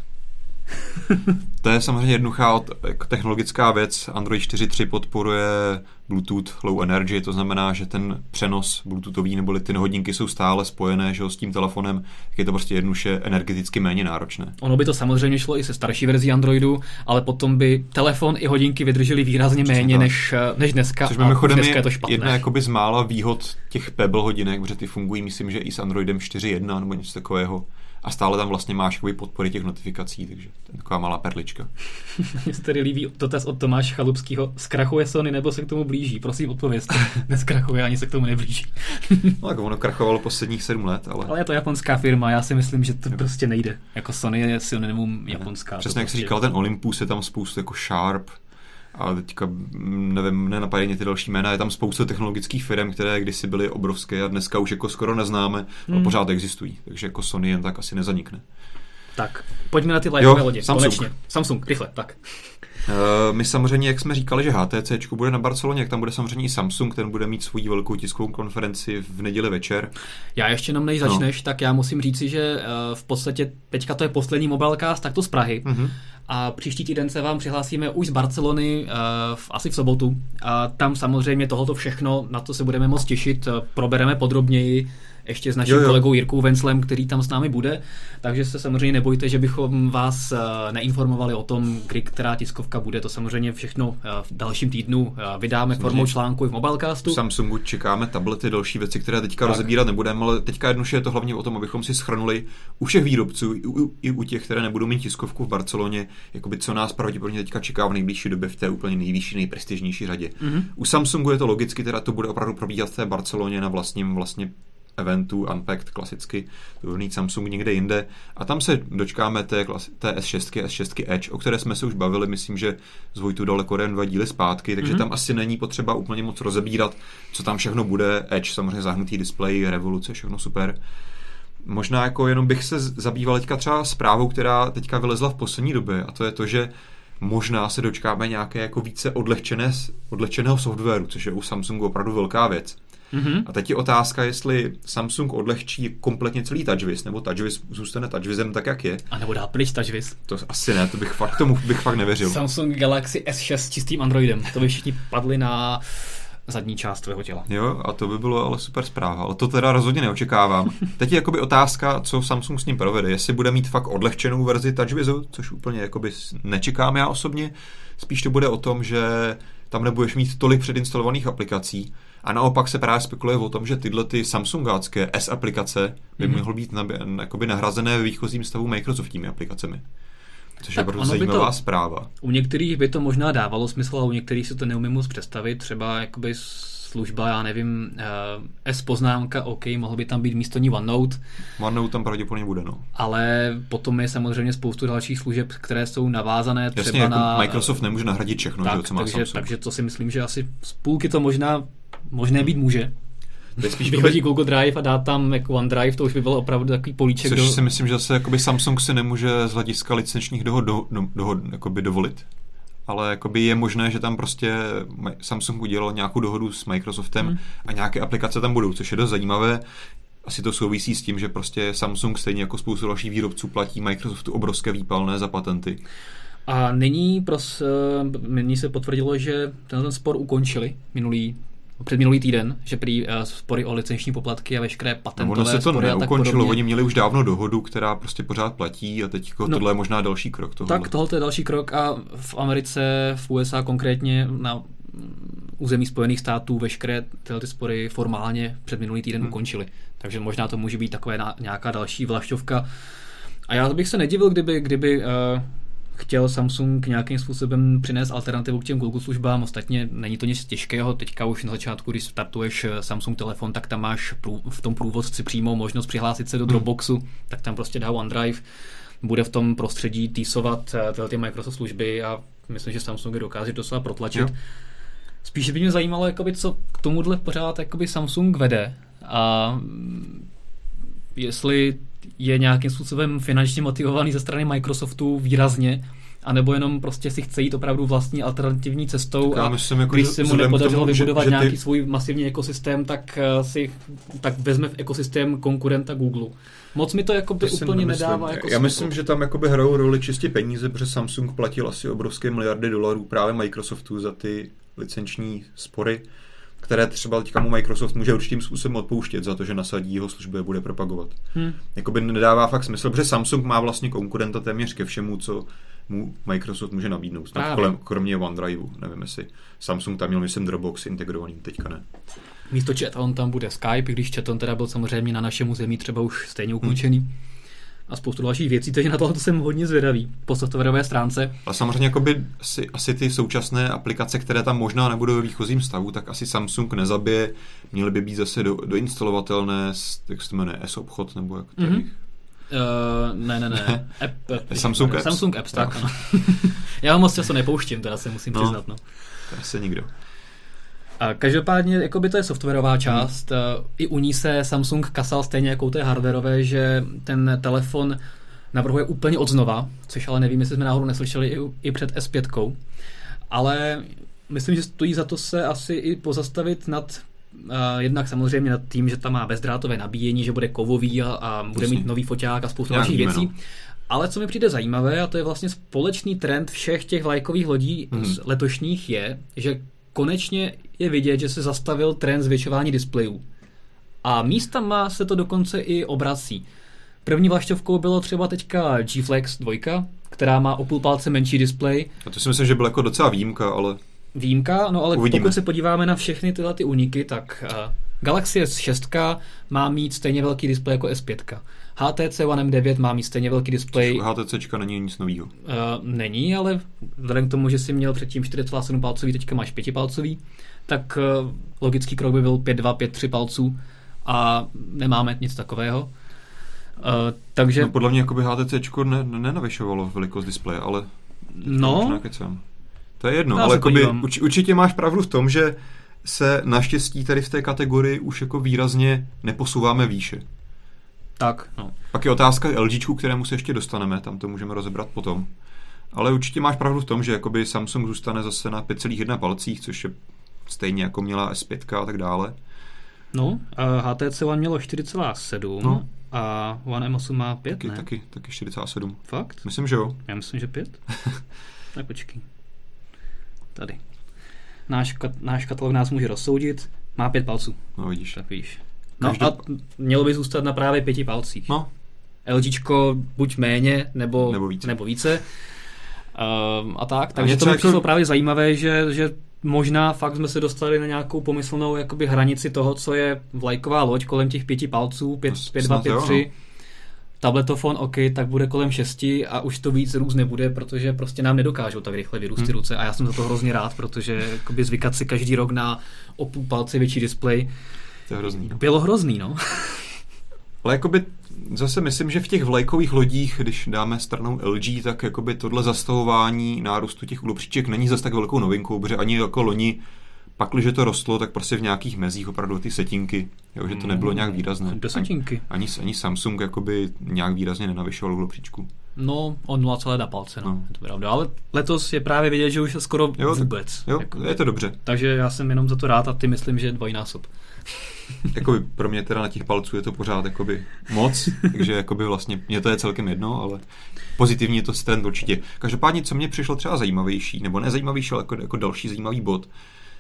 To je samozřejmě jednoduchá technologická věc. Android čtyři tečka tři podporuje Bluetooth Low Energy, to znamená, že ten přenos bluetoothový neboli ty hodinky jsou stále spojené, že s tím telefonem, tak je to prostě jednoduše energeticky méně náročné. Ono by to samozřejmě šlo i se starší verzí Androidu, ale potom by telefon i hodinky vydržely výrazně méně než, než dneska. Což mimochodem je, je to jedna jakoby z mála výhod těch Pebble hodinek, protože ty fungují, myslím, že i s Androidem čtyři tečka jedna nebo něco takového. A stále tam vlastně máš podpory těch notifikací, takže to je taková malá perlička. Mně se tady líbí dotaz od Tomáše Chalupského. Zkrachuje Sony nebo se k tomu blíží? Prosím, odpovězte. Nezkrachuje, ani se k tomu neblíží. No tak ono krachovalo posledních sedm let, ale... Ale je to japonská firma, já si myslím, že to prostě nejde. Jako Sony je synonymum japonská. Přesně jak prostě... jsi říkal, ten Olympus je tam spoustu jako Sharp, a teďka, nevím, nenapadají ty další jména, je tam spousta technologických firm, které kdysi byly obrovské a dneska už jako skoro neznáme, hmm. ale pořád existují, takže jako Sony jen tak asi nezanikne. Tak, pojďme na ty vlajkové lodě, konečně. Samsung, rychle, tak. Uh, my samozřejmě, jak jsme říkali, že HTCčku bude na Barceloně, jak tam bude samozřejmě i Samsung, ten bude mít svou velkou tiskovou konferenci v neděli večer. Já ještě jenom než začneš, no. tak já musím říci, že uh, v podstatě teďka to je poslední Mobilecast, tak to z Prahy. Mm-hmm. A příští týden se vám přihlásíme už z Barcelony, uh, v, asi v sobotu. A tam samozřejmě tohoto všechno, na to se budeme moc těšit, uh, probereme podrobněji, ještě s naším jo, jo. kolegou Jirkou Venclem, který tam s námi bude. Takže se samozřejmě nebojte, že bychom vás uh, neinformovali o tom, kdy která tiskovka bude. To samozřejmě všechno uh, v dalším týdnu uh, vydáme samozřejmě formou článku i v Mobilecastu. V Samsungu čekáme tablety, další věci, které teďka tak. rozebírat nebudeme, ale teďka jednoduše je to hlavně o tom, abychom si shrnuli u všech výrobců, i u, i u těch, které nebudou mít tiskovku v Barceloně, jakoby co nás pravděpodobně teďka čeká v nejbližší době v té úplně nejvyšší, nejprestižnější řadě. Mm-hmm. U Samsungu je to logicky, teda to bude opravdu probíhat v té Barceloně na vlastním vlastně eventu Unpacked klasicky, to bude mít Samsung někde jinde a tam se dočkáme té, klasi- té S šest, S šest Edge, o které jsme se už bavili, myslím, že z Vojtu daleko jen dva díly zpátky, takže mm-hmm. tam asi není potřeba úplně moc rozebírat, co tam všechno bude. Edge, samozřejmě zahnutý displej, revoluce, všechno super. Možná jako jenom bych se zabýval teďka třeba zprávou, která teďka vylezla v poslední době a to je to, že možná se dočkáme nějaké jako více odlehčené, odlehčeného softwaru, což je u Samsungu opravdu velká věc. Mm-hmm. A teď je otázka, jestli Samsung odlehčí kompletně celý TouchWiz, nebo TouchWiz zůstane TouchWizem tak, jak je. A nebo dá pryč TouchWiz. To asi ne, to bych fakt, tomu bych fakt nevěřil. Samsung Galaxy S šest s čistým Androidem, to by všichni padli na zadní část tvého těla. Jo, a to by bylo ale super zpráva, ale to teda rozhodně neočekávám. Teď je jakoby otázka, co Samsung s ním provede, jestli bude mít fakt odlehčenou verzi TouchWizu, což úplně jakoby nečekám já osobně, spíš to bude o tom, že tam nebudeš mít tolik předinstalovaných aplikací a naopak se právě spekuluje o tom, že tyhle ty samsungácké S aplikace by mm-hmm. mohly být nabi- nahrazené v výchozím stavu Microsoftními aplikacemi. Což tak je opravdu zajímavá to, zpráva. U některých by to možná dávalo smysl, a u některých si to neumím moc představit. Třeba jakoby služba, já nevím, uh, S-poznámka, OK, mohl by tam být místo ní OneNote. OneNote tam pravděpodobně bude, no. Ale potom je samozřejmě spoustu dalších služeb, které jsou navázané třeba Jasně, jako na... Microsoft nemůže nahradit všechno, tak, že, co má takže, Samsung. Takže to si myslím, že asi z půlky to možná možné být může. Spíš vyhodí Google Drive a dá tam jako OneDrive, to už by bylo opravdu takový políček. Což do... si myslím, že se jakoby Samsung si nemůže z hlediska licenčních dohod, do, do, dohod jakoby dovolit. Ale jakoby je možné, že tam prostě Samsung udělal nějakou dohodu s Microsoftem hmm. a nějaké aplikace tam budou, což je dost zajímavé. Asi to souvisí s tím, že prostě Samsung stejně jako spoustu dalších výrobců platí Microsoftu obrovské výpalné za patenty. A nyní, pros, nyní se potvrdilo, že ten spor ukončili minulý před minulý týden, že prý uh, spory o licenční poplatky a veškeré patentové spory. Ono se to spory neukončilo, oni měli už dávno dohodu, která prostě pořád platí a teď no, tohle je možná další krok. Tohle. Tak tohle je další krok a v Americe, v U S A konkrétně na území Spojených států veškeré tyhle ty spory formálně před minulý týden hmm. ukončily. Takže možná to může být takové na, nějaká další vlašťovka. A já bych se nedivil, kdyby, kdyby uh, chtěl Samsung nějakým způsobem přinést alternativu k těm Google službám. Ostatně není to nic těžkého. Teďka už na začátku, když startuješ Samsung telefon, tak tam máš prů, v tom průvodci přímo možnost přihlásit se do Dropboxu, hmm. tak tam prostě dá OneDrive. Bude v tom prostředí týsovat tyhle ty Microsoft služby a myslím, že Samsung je dokáže docela protlačit. Jo. Spíš by mě zajímalo, jakoby, co k tomuhle pořád jakoby Samsung vede a jestli je nějakým způsobem finančně motivovaný ze strany Microsoftu výrazně, anebo jenom prostě si chce jít opravdu vlastní alternativní cestou a myslím, jako, když se mu nepodařilo tomu, vybudovat že, že nějaký ty... svůj masivní ekosystém, tak si tak vezme v ekosystém konkurenta Google. Moc mi to jakoby to úplně nedává. Jako Já myslím, že tam jakoby hrajou roli čistě peníze, protože Samsung platil asi obrovské miliardy dolarů právě Microsoftu za ty licenční spory, které třeba teďka mu Microsoft může určitým způsobem odpouštět za to, že nasadí jeho služby a bude propagovat. Hmm. Jakoby nedává fakt smysl, protože Samsung má vlastně konkurenta téměř ke všemu, co mu Microsoft může nabídnout. Snad kolem, kromě OneDriveu. Nevím, jestli Samsung tam měl, myslím, Dropbox integrovaný, teďka ne. Místo Chaton tam bude Skype, když Chaton teda byl samozřejmě na našem území třeba už stejně ukončený. Hmm. A spoustu dalších věcí, takže na tohle jsem hodně zvědavý po softwarové stránce. Ale samozřejmě jakoby asi, asi ty současné aplikace, které tam možná nebudou ve výchozím stavu, tak asi Samsung nezabije, měly by být zase do, doinstalovatelné, jak se to jmenuje, S-obchod nebo jak tady. Mm-hmm. Uh, ne, ne, ne. App, Samsung Apps. Samsung Apps, tak. tak. Já ho moc často nepouštím, teda se musím no, přiznat. No. To asi nikdo. A každopádně, jakoby to je softwarová část. Hmm. I u ní se Samsung kasal stejně jako u té hardwareové, že ten telefon navrhuje úplně od znova, což ale nevím, jestli jsme náhodou neslyšeli i, i před S pět. Ale myslím, že stojí za to se asi i pozastavit nad uh, jednak samozřejmě nad tím, že tam má bezdrátové nabíjení, že bude kovový a, a bude mít nový foťák a spoustu dalších věcí. No. Ale co mi přijde zajímavé, a to je vlastně společný trend všech těch vlajkových lodí hmm. letošních, je, že konečně je vidět, že se zastavil trend zvětšování displejů. A místama se to dokonce i obrací. První vlašťovkou bylo třeba teďka G Flex dva, která má o půl palce menší displej. A to si myslím, že byla jako docela výjimka, ale... Výjimka, no ale uvidíme. Pokud se podíváme na všechny tyhle ty úniky, tak uh, Galaxy S šest má mít stejně velký displej jako S pět. H T C One M devět má mít stejně velký displej. HTCčka není nic novýho. Uh, není, ale vzhledem k tomu, že jsi měl předtím čtyři celá sedm palcový, teďka máš pět palcový, tak uh, logický krok by byl pět dva, pět tři palců a nemáme nic takového. Uh, takže... No, podle mě jakoby HTCčko ne, nenavyšovalo velikost displeje, ale no, to je jedno, ale jakoby, urč, určitě máš pravdu v tom, že se naštěstí tady v té kategorii už jako výrazně neposouváme výše. Tak, no. Pak je otázka LGčku, kterému se ještě dostaneme, tam to můžeme rozebrat potom. Ale určitě máš pravdu v tom, že jakoby Samsung zůstane zase na pět celá jedna palcích, což je stejně jako měla S pět a tak dále. No, a H T C One mělo čtyři celá sedm no. A One M osm má pět, taky, ne? Taky, taky čtyři celá sedm. Fakt? Myslím, že jo. Já myslím, že pět. Tak počkej. Tady. Náš, kat, náš katalog nás může rozsoudit. Má pět palců. No vidíš. Tak víš. No Každop... a mělo by zůstat na právě pěti palcích. No. LGčko buď méně, nebo, nebo více. Nebo více. Um, a tak, takže a to mi přišlo jako... právě zajímavé, že, že možná fakt jsme se dostali na nějakou pomyslnou jakoby hranici toho, co je vlajková loď kolem těch pěti palců, pět dva, pět tři. Tabletofon, OK, tak bude kolem šesti a už to víc růst nebude, protože prostě nám nedokážou tak rychle vyrůst ty hmm. ruce a já jsem za to hrozně rád, protože jakoby zvykat si každý rok na o půl palce větší displej to je hrozný. Bylo hrozný, no. Ale jakoby zase myslím, že v těch vlajkových lodích, když dáme stranou L G, tak jakoby tohle zastavování nárůstu těch úlopříček není zase tak velkou novinkou, protože ani jako loni, pakliže to rostlo, tak prostě v nějakých mezích opravdu ty setinky, jo, že to nebylo nějak výrazné. Desetinky. Ani, ani Samsung jakoby nějak výrazně nenavyšoval úlopříčku. No, on nula celá jedna palce, no. no. Je to pravda. Ale letos je právě vidět, že už skoro jo, vůbec. Jo, jakoby. Je to dobře. Takže já jsem jenom za to rád a ty myslím, že dvojnásob. Jakoby pro mě teda na těch palců je to pořád jakoby moc, takže jakoby vlastně mě to je celkem jedno, ale pozitivně je to trend určitě. Každopádně, co mě přišlo třeba zajímavější, nebo nezajímavější, ale jako, jako další zajímavý bod,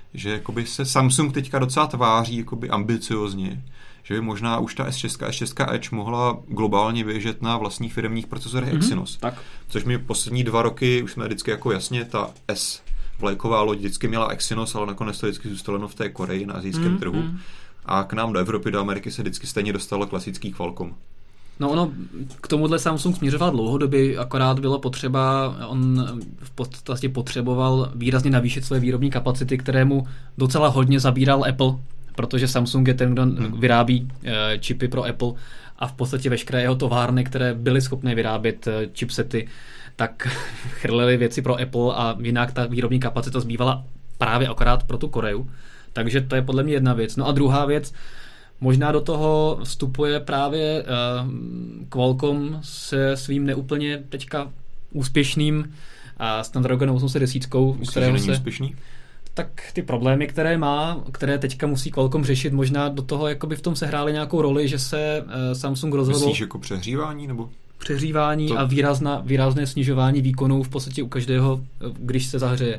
že jakoby se Samsung teďka docela tváří jakoby ambiciozně, že by možná už ta S šest, S šest Edge mohla globálně běžet na vlastních firemních procesorech mm-hmm, Exynos. Tak. Což mi poslední dva roky už jsme vždycky jako jasně, ta S vlajková loď vždycky měla Exynos, ale nakonec to vždycky zůstalo v té Koreji na asijském mm-hmm. trhu. A k nám do Evropy, do Ameriky se vždycky stejně dostalo klasický Qualcomm. No ono, k tomuhle Samsung směřoval dlouhodobě, akorát bylo potřeba, on v podstatě potřeboval výrazně navýšit své výrobní kapacity, kterému docela hodně zabíral Apple, protože Samsung je ten, kdo hmm. vyrábí e, čipy pro Apple a v podstatě veškeré jeho továrny, které byly schopné vyrábět e, chipsety, tak chrlily věci pro Apple a jinak ta výrobní kapacita zbývala právě akorát pro tu Koreu. Takže to je podle mě jedna věc. No a druhá věc, možná do toho vstupuje právě uh, Qualcomm se svým neúplně teďka úspěšným uh, Snapdragon osm set deset. Myslíš, že není úspěšný? Tak ty problémy, které má, které teďka musí Qualcomm řešit, možná do toho jakoby v tom se hrály nějakou roli, že se uh, Samsung rozhodl... Myslíš jako přehřívání? Nebo? Přehřívání to... a výrazná, výrazné snižování výkonů v podstatě u každého, když se zahřeje.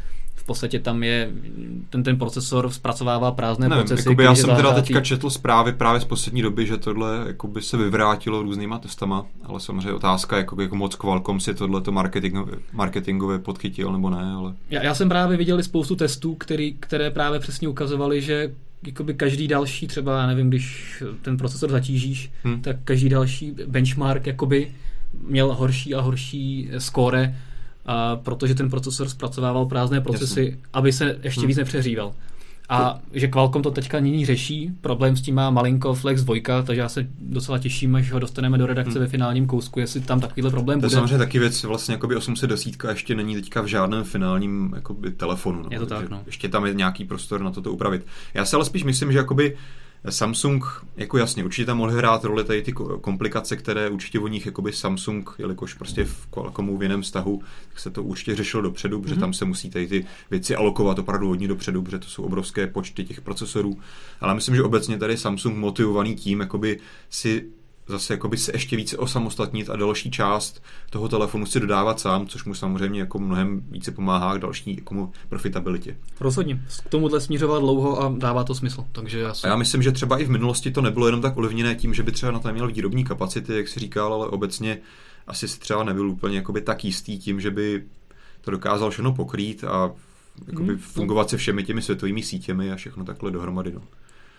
V podstatě tam je, ten, ten procesor zpracovává prázdné Nevím, procesy. Jakoby já jsem teda teďka četl zprávy právě z poslední doby, že tohle jakoby se vyvrátilo různýma testama, ale samozřejmě otázka, jako, jako moc Qualcomm si tohleto marketing, marketingově podchytil nebo ne. Ale... Já, já jsem právě viděl spoustu testů, který, které právě přesně ukazovaly, že jakoby každý další, třeba já nevím, když ten procesor zatížíš, hmm. tak každý další benchmark jakoby měl horší a horší skóre, a protože ten procesor zpracovával prázdné procesy, Jasně. aby se ještě hmm. víc nepřehříval. A to... že Qualcomm to teďka nyní řeší, problém s tím má malinko Flex dva, takže já se docela těším, až ho dostaneme do redakce hmm. ve finálním kousku, jestli tam takovýhle problém to bude. To je samozřejmě taky věc, vlastně jakoby osm set deset ještě není teďka v žádném finálním jakoby telefonu. No, je to tak, no. Ještě tam je nějaký prostor na toto upravit. Já se ale spíš myslím, že jakoby Samsung, jako jasně, určitě tam mohly hrát roli tady ty komplikace, které určitě o nich jakoby Samsung, jelikož prostě v Qualcommu v jiném vztahu, tak se to určitě řešilo dopředu, protože mm-hmm. tam se musí tady ty věci alokovat opravdu hodně dopředu, protože to jsou obrovské počty těch procesorů. Ale myslím, že obecně tady Samsung motivovaný tím, jakoby si zase jakoby se ještě více osamostatnit a další část toho telefonu si dodávat sám, což mu samozřejmě jako mnohem více pomáhá k další jako profitabilitě. Rozhodně. K tomuhle směřoval dlouho a dává to smysl. Takže já, jsem... a já myslím, že třeba i v minulosti to nebylo jenom tak ovlivněné tím, že by třeba na to neměl výrobní kapacity, jak si říkal, ale obecně asi si třeba nebyl úplně jakoby tak jistý tím, že by to dokázal všechno pokrýt a jakoby hmm. fungovat se všemi těmi světovými sítěmi a všechno takhle dohromady. No.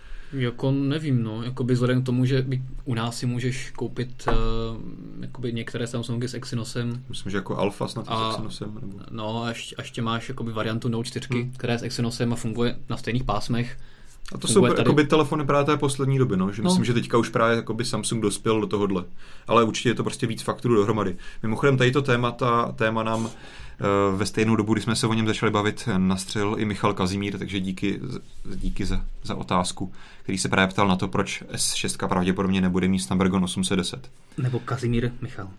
Jako nevím, no, jakoby vzhledem k tomu, že u nás si můžeš koupit uh, jakoby některé Samsungy s Exynosem. Myslím, že jako Alpha snad a, s Exynosem. Nebo... No a ještě, ještě máš jakoby variantu Note čtyři, hmm. která je s Exynosem a funguje na stejných pásmech. A to jsou tady... jakoby telefony právě té poslední doby, no, že no. myslím, že teďka už právě jakoby Samsung dospěl do tohohle. Ale určitě je to prostě víc faktorů dohromady. Mimochodem tadyto témata, téma nám ve stejnou dobu, kdy jsme se o něm začali bavit, nastřelil i Michal Kazimír, takže díky, díky za, za otázku, který se právě ptal na to, proč S šest pravděpodobně nebude mít Snapdragon osm set deset. Nebo Kazimír Michal.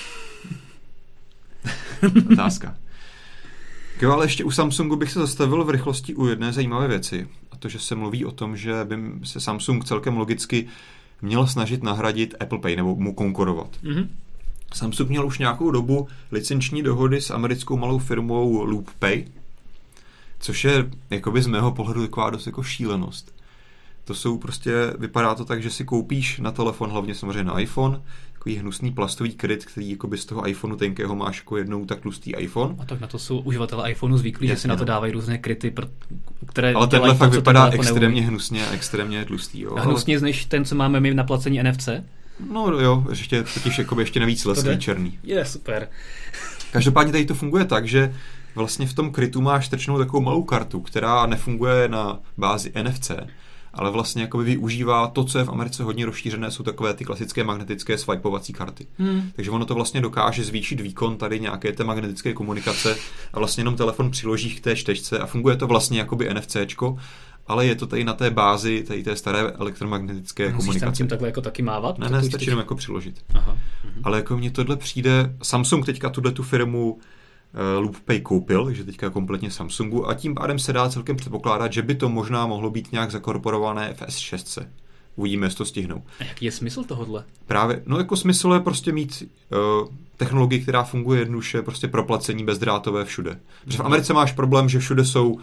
Otázka. Jo, ale ještě u Samsungu bych se zastavil v rychlosti u jedné zajímavé věci. A to, že se mluví o tom, že by se Samsung celkem logicky měl snažit nahradit Apple Pay nebo mu konkurovat. Mm-hmm. Samsung měl už nějakou dobu licenční dohody s americkou malou firmou LoopPay, což je jakoby z mého pohledu taková dost jako šílenost. To jsou prostě, vypadá to tak, že si koupíš na telefon, hlavně samozřejmě na iPhone, takový hnusný plastový kryt, který jakoby z toho iPhoneu tenkého máš jako jednou tak tlustý iPhone. A tak na to jsou uživatelé iPhoneu zvyklí, Jasně, že si na to dávají různé kryty, které ale tenhle fakt vypadá extrémně hnusně a extrémně tlustý. Jo. A hnusně ale... než ten, co máme my na placení N F C? No jo, ještě totiž jakoby ještě navíc lesklý černý. Je, super. Každopádně tady to funguje tak, že vlastně v tom krytu máš strčenou takovou malou kartu, která nefunguje na bázi N F C, ale vlastně jakoby využívá to, co je v Americe hodně rozšířené, jsou takové ty klasické magnetické swipeovací karty. Hmm. Takže ono to vlastně dokáže zvýšit výkon tady nějaké té magnetické komunikace a vlastně jenom telefon přiložíš k té čtečce a funguje to vlastně jakoby NFCčko, ale je to tady na té bázi tady té staré elektromagnetické Musíš komunikace. Musíš tam tím takhle jako taky mávat? Ne, ne, stačí jenom jako přiložit. Aha. Mhm. Ale jako mně tohle přijde, Samsung teďka tuhle tu firmu uh, LoopPay koupil, takže teďka kompletně Samsungu a tím pádem se dá celkem předpokládat, že by to možná mohlo být nějak zakorporované v S šest. Uvidíme, jestli to stihnou. A jaký je smysl tohodle? Právě, no jako smysl je prostě mít uh, technologii, která funguje jednoduše, prostě proplacení bezdrátové všude. Protože v Americe máš problém, že všude jsou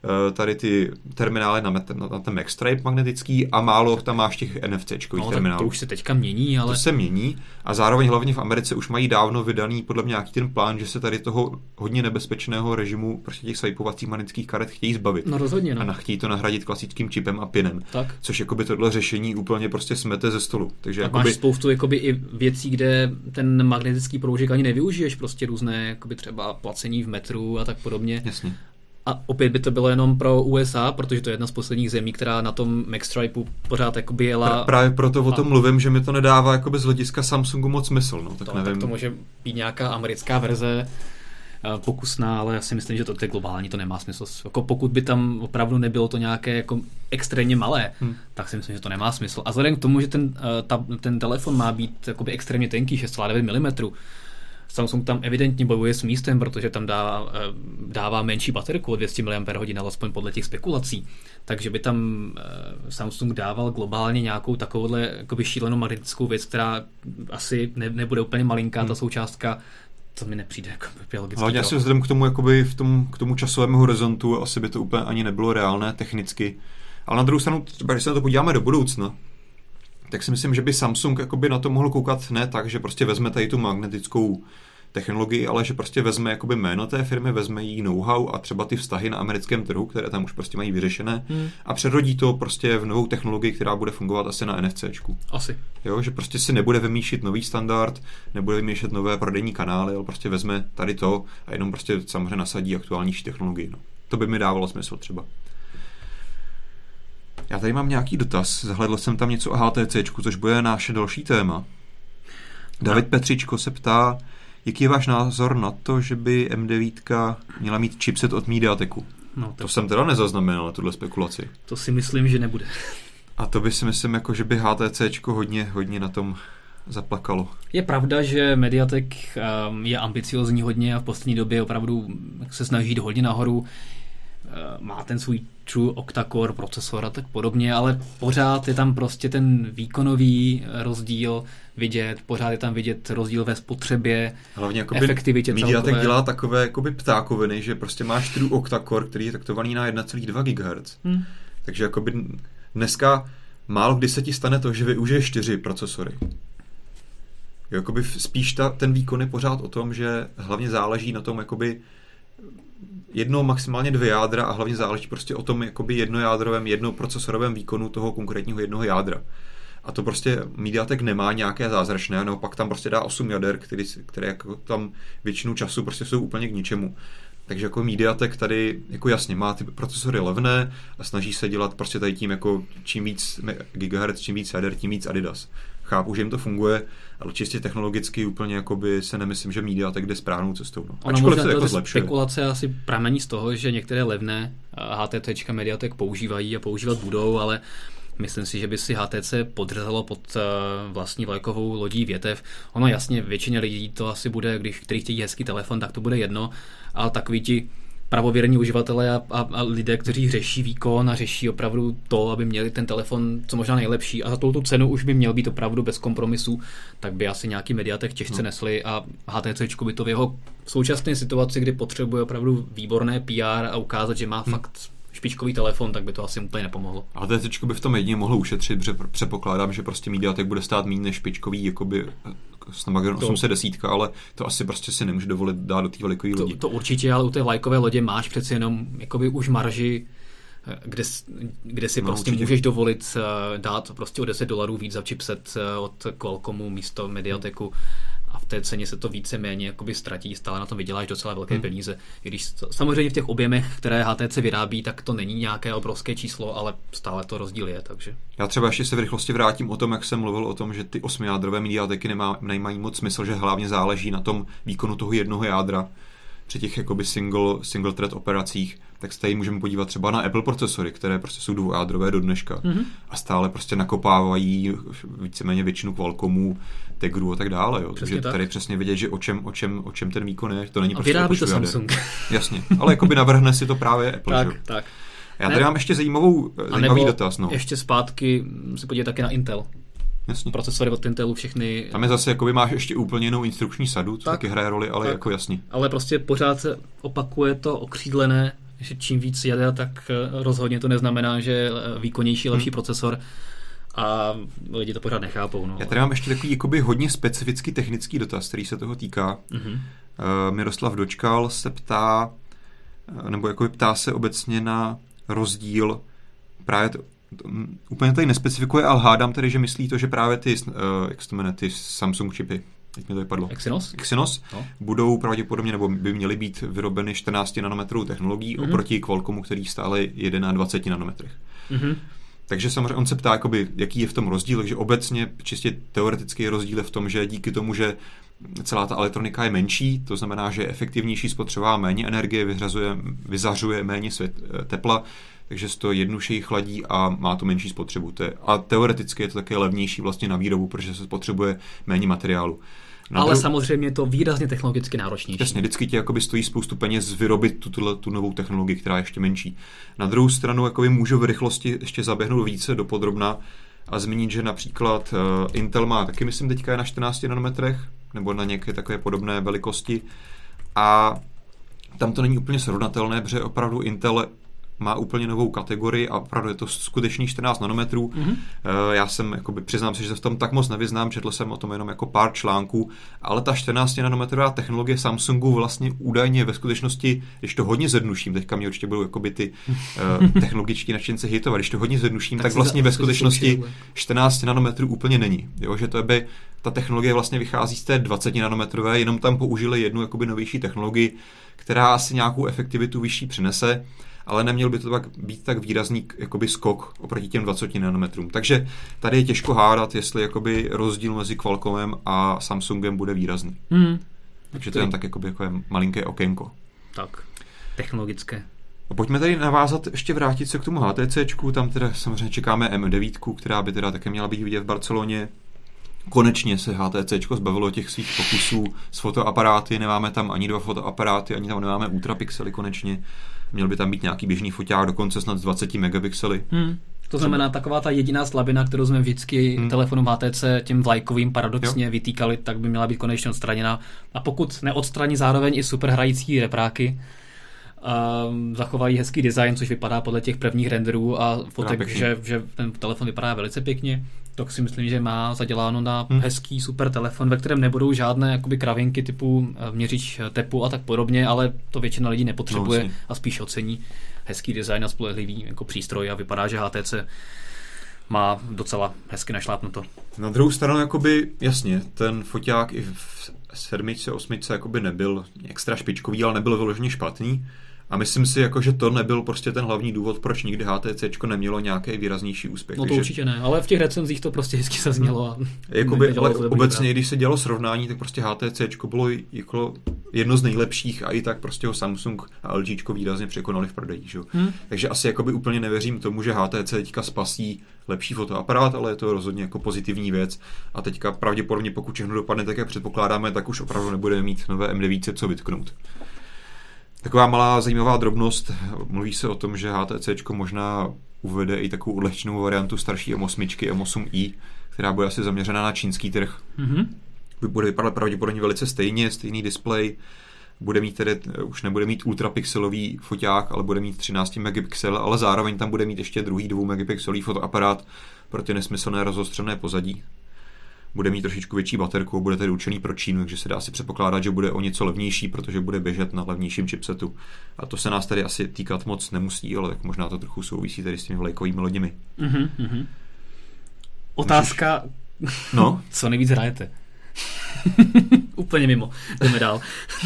tady ty terminály na, met, na, na ten MagStripe magnetický a málo tam máš těch NFCčkových no, terminálů. To už se teďka mění, ale... To se mění a zároveň hlavně v Americe už mají dávno vydaný podle mě nějaký ten plán, že se tady toho hodně nebezpečného režimu prostě těch swipovacích magnetických karet chtějí zbavit. No rozhodně, no. A chtějí to nahradit klasickým čipem a pinem. Tak. Což jakoby tohle řešení úplně prostě smete ze stolu. Takže tak jakoby... máš spoustu jakoby i věcí, kde ten magnetický proužek ani nevyužiješ, prostě různé jakoby třeba placení v metru a tak podobně. Jasně. A opět by to bylo jenom pro U S A, protože to je jedna z posledních zemí, která na tom MagStripeu pořád jakoby jela... Pr- právě proto o tom a... mluvím, že mi to nedává jakoby z hlediska Samsungu moc smysl. No, tak, to, nevím. tak to může být nějaká americká verze pokusná, ale já si myslím, že to je globální, to nemá smysl. Jako pokud by tam opravdu nebylo to nějaké jako extrémně malé, hmm. tak si myslím, že to nemá smysl. A vzhledem k tomu, že ten, ta, ten telefon má být jakoby extrémně tenký, šest celá devět milimetrů, Samsung tam evidentně bojuje s místem, protože tam dá, dává menší baterku o dvě stě miliampérhodin, alespoň podle těch spekulací. Takže by tam Samsung dával globálně nějakou takovouhle jakoby šílenou magnetickou věc, která asi ne, nebude úplně malinká, hmm. ta součástka. To mi nepřijde jako biologický. Hlavně asi vzhledem k tomu, jakoby v tom, k tomu časovému horizontu asi by to úplně ani nebylo reálné technicky. Ale na druhou stranu, třeba když se na to podíváme do budoucna, tak si myslím, že by Samsung jakoby na to mohl koukat ne tak, že prostě vezme tady tu magnetickou technologii, ale že prostě vezme jakoby jméno té firmy, vezme jí know-how a třeba ty vztahy na americkém trhu, které tam už prostě mají vyřešené hmm. a přerodí to prostě v novou technologii, která bude fungovat asi na NFCčku. Asi. Jo, že prostě si nebude vymýšlet nový standard, nebude vymýšlet nové prodejní kanály, ale prostě vezme tady to a jenom prostě samozřejmě nasadí aktuálnější technologii. No. To by mi dávalo smysl třeba. Já tady mám nějaký dotaz, zahledl jsem tam něco o HTCčku, což bude naše další téma. David no. Petříčko se ptá, jaký je váš názor na to, že by M devět měla mít chipset od MediaTeku? No, to jsem teda nezaznamenal, tuhle spekulaci. To si myslím, že nebude. A to by si myslím, jako, že by HTCčko hodně, hodně na tom zaplakalo. Je pravda, že MediaTek um, je ambiciozní hodně a v poslední době opravdu se snaží jít hodně nahoru. Uh, má ten svůj True Octa-core procesor a tak podobně, ale pořád je tam prostě ten výkonový rozdíl vidět, pořád je tam vidět rozdíl ve spotřebě, hlavně jakoby efektivitě celkové. MediaTek dělá takové jakoby ptákoviny, že prostě máš True Octa-core, který je taktovaný na jedna celá dva gigahertz. Hmm. Takže jakoby dneska málo kdy se ti stane to, že využiješ čtyři procesory. Jakoby spíš ta, ten výkon je pořád o tom, že hlavně záleží na tom jakoby jedno, maximálně dvě jádra a hlavně záleží prostě o tom jakoby jednojádrovém, jednoprocesorovém výkonu toho konkrétního jednoho jádra. A to prostě MediaTek nemá nějaké zázračné, no pak tam prostě dá osm jader, který, které jako tam většinu času prostě jsou úplně k ničemu. Takže jako MediaTek tady jako jasně má ty procesory levné a snaží se dělat prostě tady tím jako čím víc gigahertz, čím víc jader, tím víc Adidas. Chápu, že jim to funguje, ale čistě technologicky úplně jakoby se nemyslím, že MediaTek jde správnou cestou. No. Ačkoliv se jako zlepšuje. Spekulace asi pramení z toho, že některé levné HTCčka MediaTek používají a používat budou, ale myslím si, že by si H T C podřezalo pod vlastní vlajkovou lodí větev. Ono jasně, většině lidí to asi bude, když který chtějí hezký telefon, tak to bude jedno, ale takový ti pravověrní uživatelé a, a, a lidé, kteří řeší výkon a řeší opravdu to, aby měli ten telefon co možná nejlepší a za touto cenu už by měl být opravdu bez kompromisů, tak by asi nějaký MediaTek těžce no. nesli a HTCčko by to v jeho současné situaci, kdy potřebuje opravdu výborné P R a ukázat, že má hmm. fakt špičkový telefon, tak by to asi úplně nepomohlo. A HTCčko by v tom jedině mohlo ušetřit, protože předpokládám, že prostě MediaTek bude stát méně než špičkový jakoby Snapdragon osm set deset, ale to asi prostě si nemůže dovolit dát do té velikové lodi. To, to určitě, ale u té vlajkové lodě máš přeci jenom jakoby už marži, kde, kde si no, prostě určitě. Můžeš dovolit dát prostě o deset dolarů víc za chipset od Qualcommu místo MediaTeku. A v té ceně se to víceméně jakoby ztratí, stále na tom vyděláš docela velké hmm. peníze. I když samozřejmě v těch objemech, které H T C vyrábí, tak to není nějaké obrovské číslo, ale stále to rozdíl je, takže. Já třeba ještě se v rychlosti vrátím o tom, jak jsem mluvil o tom, že ty osmijádrové MediaTeky nemá, nemají moc smysl, že hlavně záleží na tom výkonu toho jednoho jádra při těch jakoby single, single thread operacích, tak se tady můžeme podívat třeba na Apple procesory, které prostě jsou dvoujádrové do dneška mm-hmm. a stále prostě nakopávají víceméně většinu Qualcommů, Tegru a tak dále. Jo. Takže tak. Tady přesně vidět, že o čem, o, čem, o čem ten výkon je. To není a prostě vyrábí to Samsung. Jasně, ale jakoby navrhne si to právě Apple. tak, že? tak. Já tady ne. mám ještě zajímavou, zajímavý dotaz. No. Ještě zpátky se podívat také na Intel. Jasně. Procesory od Intelu všechny. Tam je zase, jakoby máš ještě úplně jinou instrukční sadu, co tak, taky hraje roli, ale tak. jako jasně. Ale prostě pořád se opakuje to okřídlené, že čím víc jede, tak rozhodně to neznamená, že výkonnější, lepší hmm. procesor a lidi to pořád nechápou. No. Já tady mám ještě takový jakoby hodně specifický technický dotaz, který se toho týká. Hmm. Uh, Miroslav Dočkal se ptá, nebo jako ptá se obecně na rozdíl právě to, úplně tady nespecifikuje, ale hádám tedy, že myslí to, že právě ty, uh, jak se to jmenuje, ty Samsung čipy, jak mi to vypadlo? Exynos? Exynos no. budou pravděpodobně, nebo by měly být vyrobeny čtrnáct nanometrů technologií mm-hmm. oproti Qualcommu, který stále jede na dvacet nanometrech. Mm-hmm. Takže samozřejmě on se ptá, jakoby, jaký je v tom rozdíl, takže obecně čistě teoretický rozdíl je v tom, že díky tomu, že celá ta elektronika je menší, to znamená, že je efektivnější, spotřebová méně energie, vyřazuje, vyzařuje méně svět, tepla, takže se to jednodušeji chladí a má to menší spotřebu. To je, a teoreticky je to také levnější vlastně na výrobu, protože se spotřebuje méně materiálu. Na Ale dru... samozřejmě je to výrazně technologicky náročnější. Jasně, vždycky ti jakoby stojí spoustu peněz vyrobit tu, tu, tu novou technologii, která je ještě menší. Na druhou stranu jakoby můžu v rychlosti ještě zaběhnout více do podrobna a zmínit, že například uh, Intel má taky, myslím, teďka je na čtrnáct nanometrech, nebo na nějaké takové podobné velikosti. A tam to není úplně srovnatelné, protože opravdu Intel má úplně novou kategorii a opravdu je to skutečný čtrnáct nanometrů. Mm-hmm. Já jsem, jakoby, přiznám se, že se v tom tak moc nevyznám, četl jsem o tom jenom jako pár článků, ale ta čtrnáct nanometrová technologie Samsungu vlastně údajně ve skutečnosti, když to hodně zjednuším, teďka mě určitě budou jakoby ty uh, technologičtí nadšence hitovat, když to hodně zjednuším, tak, tak vlastně ve skutečnosti čtrnáct nanometrů úplně není. Jo, že to by ta technologie vlastně vychází z té dvacet nanometrové, jenom tam použili jednu jakoby novější technologii, která asi nějakou efektivitu vyšší přinese, ale neměl by to tak být tak výrazný jakoby skok oproti těm dvaceti nanometrům. Takže tady je těžko hádat, jestli jakoby rozdíl mezi Qualcommem a Samsungem bude výrazný. Hmm. Takže to je jen tak jakoby jako je malinké okénko. Tak, technologické. A pojďme tady navázat, ještě vrátit se k tomu HTCčku, tam teda samozřejmě čekáme M devět, která by teda také měla být vidět v Barceloně. Konečně se HTCčko zbavilo těch svých pokusů s fotoaparáty, nemáme tam ani dva fotoaparáty, ani tam nemáme ultrapixely konečně. Měl by tam být nějaký běžný foťák, dokonce snad s dvaceti megapixely. Hmm. To znamená taková ta jediná slabina, kterou jsme vždycky hmm. telefonům H T C těm vlajkovým paradoxně jo. vytýkali, tak by měla být konečně odstraněna. A pokud neodstraní zároveň i super hrající repráky, a zachovají hezký design, což vypadá podle těch prvních renderů a fotek, že, že ten telefon vypadá velice pěkně, tak si myslím, že má zaděláno na hmm. hezký super telefon, ve kterém nebudou žádné jakoby kravinky typu měřič tepu a tak podobně, ale to většina lidí nepotřebuje no, a spíš ocení hezký design a spolehlivý jako přístroj a vypadá, že H T C má docela hezky našlápnuto. Na druhou stranu, jakoby, jasně, ten foťák i v sedmičce, osmičce jakoby nebyl extra špičkový, ale nebyl vyloženě špatný. A myslím si, jako, že to nebyl prostě ten hlavní důvod, proč nikdy HTCčko nemělo nějaký výraznější úspěch. No to takže... určitě ne, ale v těch recenzích to prostě hezky zaznělo. A jakoby, ale obecně, když se dělalo srovnání, tak prostě HTCčko bylo jako jedno z nejlepších a i tak prostě ho Samsung a LGčko výrazně překonali v prodeji. Hmm. Takže asi jakoby úplně nevěřím tomu, že H T C teďka spasí lepší fotoaparát, ale je to rozhodně jako pozitivní věc. A teďka pravděpodobně, pokud všechno dopadne tak, jak předpokládáme, tak už opravdu nebudeme mít nové M devět co vytknout. Taková malá zajímavá drobnost, mluví se o tom, že HTCčko možná uvede i takovou odlehčenou variantu starší M osm, M osm i, která bude asi zaměřená na čínský trh. Mm-hmm. Bude vypadat pravděpodobně velice stejně, stejný displej, bude mít tedy, už nebude mít ultrapixelový foťák, ale bude mít třináct megapixel, ale zároveň tam bude mít ještě druhý dvou megapixelový fotoaparát pro ty nesmyslné rozostřené pozadí. Bude mít trošičku větší baterku, bude tedy určený pro Čínu, takže se dá si předpokládat, že bude o něco levnější, protože bude běžet na levnějším chipsetu. A to se nás tady asi týkat moc nemusí, ale tak možná to trochu souvisí tady s těmi vlajkovými loděmi. Mm-hmm, mm-hmm. Otázka, Můžeš... no? Co nejvíc hrajete? Úplně mimo, jdeme dál.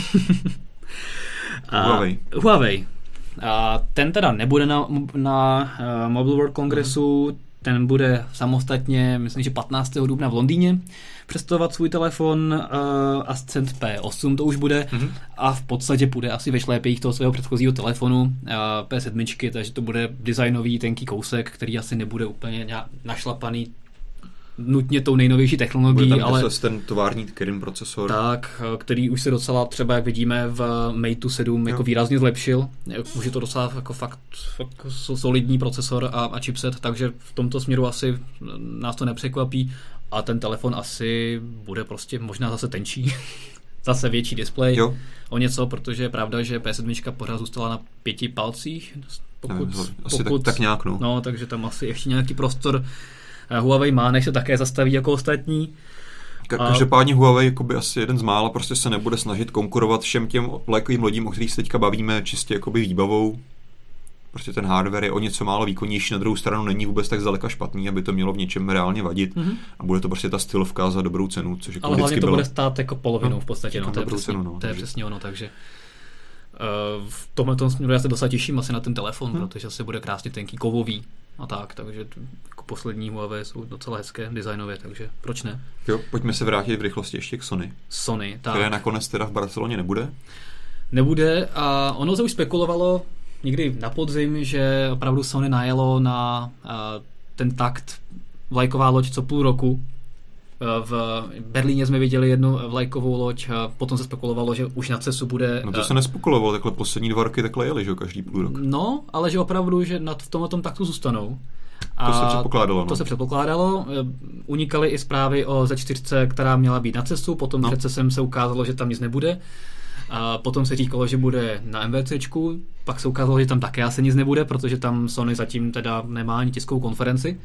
A, Huawei. Huawei. A ten teda nebude na, na uh, Mobile World Kongresu, mm. Ten bude samostatně, myslím, že patnáctého dubna v Londýně představovat svůj telefon, uh, Ascend P osm to už bude mm-hmm. a v podstatě půjde asi ve šlépějích toho svého předchozího telefonu uh, P sedm, takže to bude designový tenký kousek, který asi nebude úplně našlapaný nutně tou nejnovější technologií, bude tam ale ten tovární Kirin procesor. Tak, který už se docela třeba, jak vidíme, v Mate sedm jako výrazně zlepšil. Už je to docela jako fakt, fakt solidní procesor a, a chipset, takže v tomto směru asi nás to nepřekvapí a ten telefon asi bude prostě možná zase tenčí. zase větší displej. Jo. O něco, protože je pravda, že P sedm pořád zůstala na pěti palcích. Pokud, Nevím, asi pokud, tak, tak nějak, no. No, takže tam asi ještě nějaký prostor Huawei má, než se také zastaví jako ostatní. Každopádně Huawei jakoby asi jeden z mála prostě se nebude snažit konkurovat všem těm vlajkovým lodím, o kterých se teďka bavíme, čistě jakoby výbavou. Prostě ten hardware je o něco málo výkonnější, na druhou stranu není vůbec tak zdaleka špatný, aby to mělo v něčem reálně vadit. Mm-hmm. A bude to prostě ta stylovka za dobrou cenu, což jako ale hlavně to bylo... bude stát jako polovinou no, v podstatě, no, to je, přesně, cenu, no, to je takže... přesně ono, takže uh, v tomhle tom směru já se docela těším asi na ten telefon, hmm. protože se bude krásně tenký, kovový a tak, takže jako poslední Huawei jsou docela hezké designově, takže proč ne? Jo, pojďme se vrátit v rychlosti ještě k Sony. Sony, tak. Které nakonec teda v Barceloně nebude. Nebude a ono se už spekulovalo někdy na podzim, že opravdu Sony najelo na uh, ten takt vlajková loď co půl roku. V Berlíně jsme viděli jednu vlajkovou loď, a potom se spekulovalo, že už na cestu bude... No to se nespekulovalo, takhle poslední dva roky takhle jeli, že jo, každý půl rok. No, ale že opravdu, že na v tomhle tom taktu zůstanou. A to se předpokládalo. To no. se předpokládalo. Unikaly i zprávy o Z čtyři, která měla být na cestu, potom no. před cesem se ukázalo, že tam nic nebude. A potom se říkalo, že bude na MVCčku, pak se ukázalo, že tam také asi nic nebude, protože tam Sony zatím teda nemá ani tiskovou konferenci.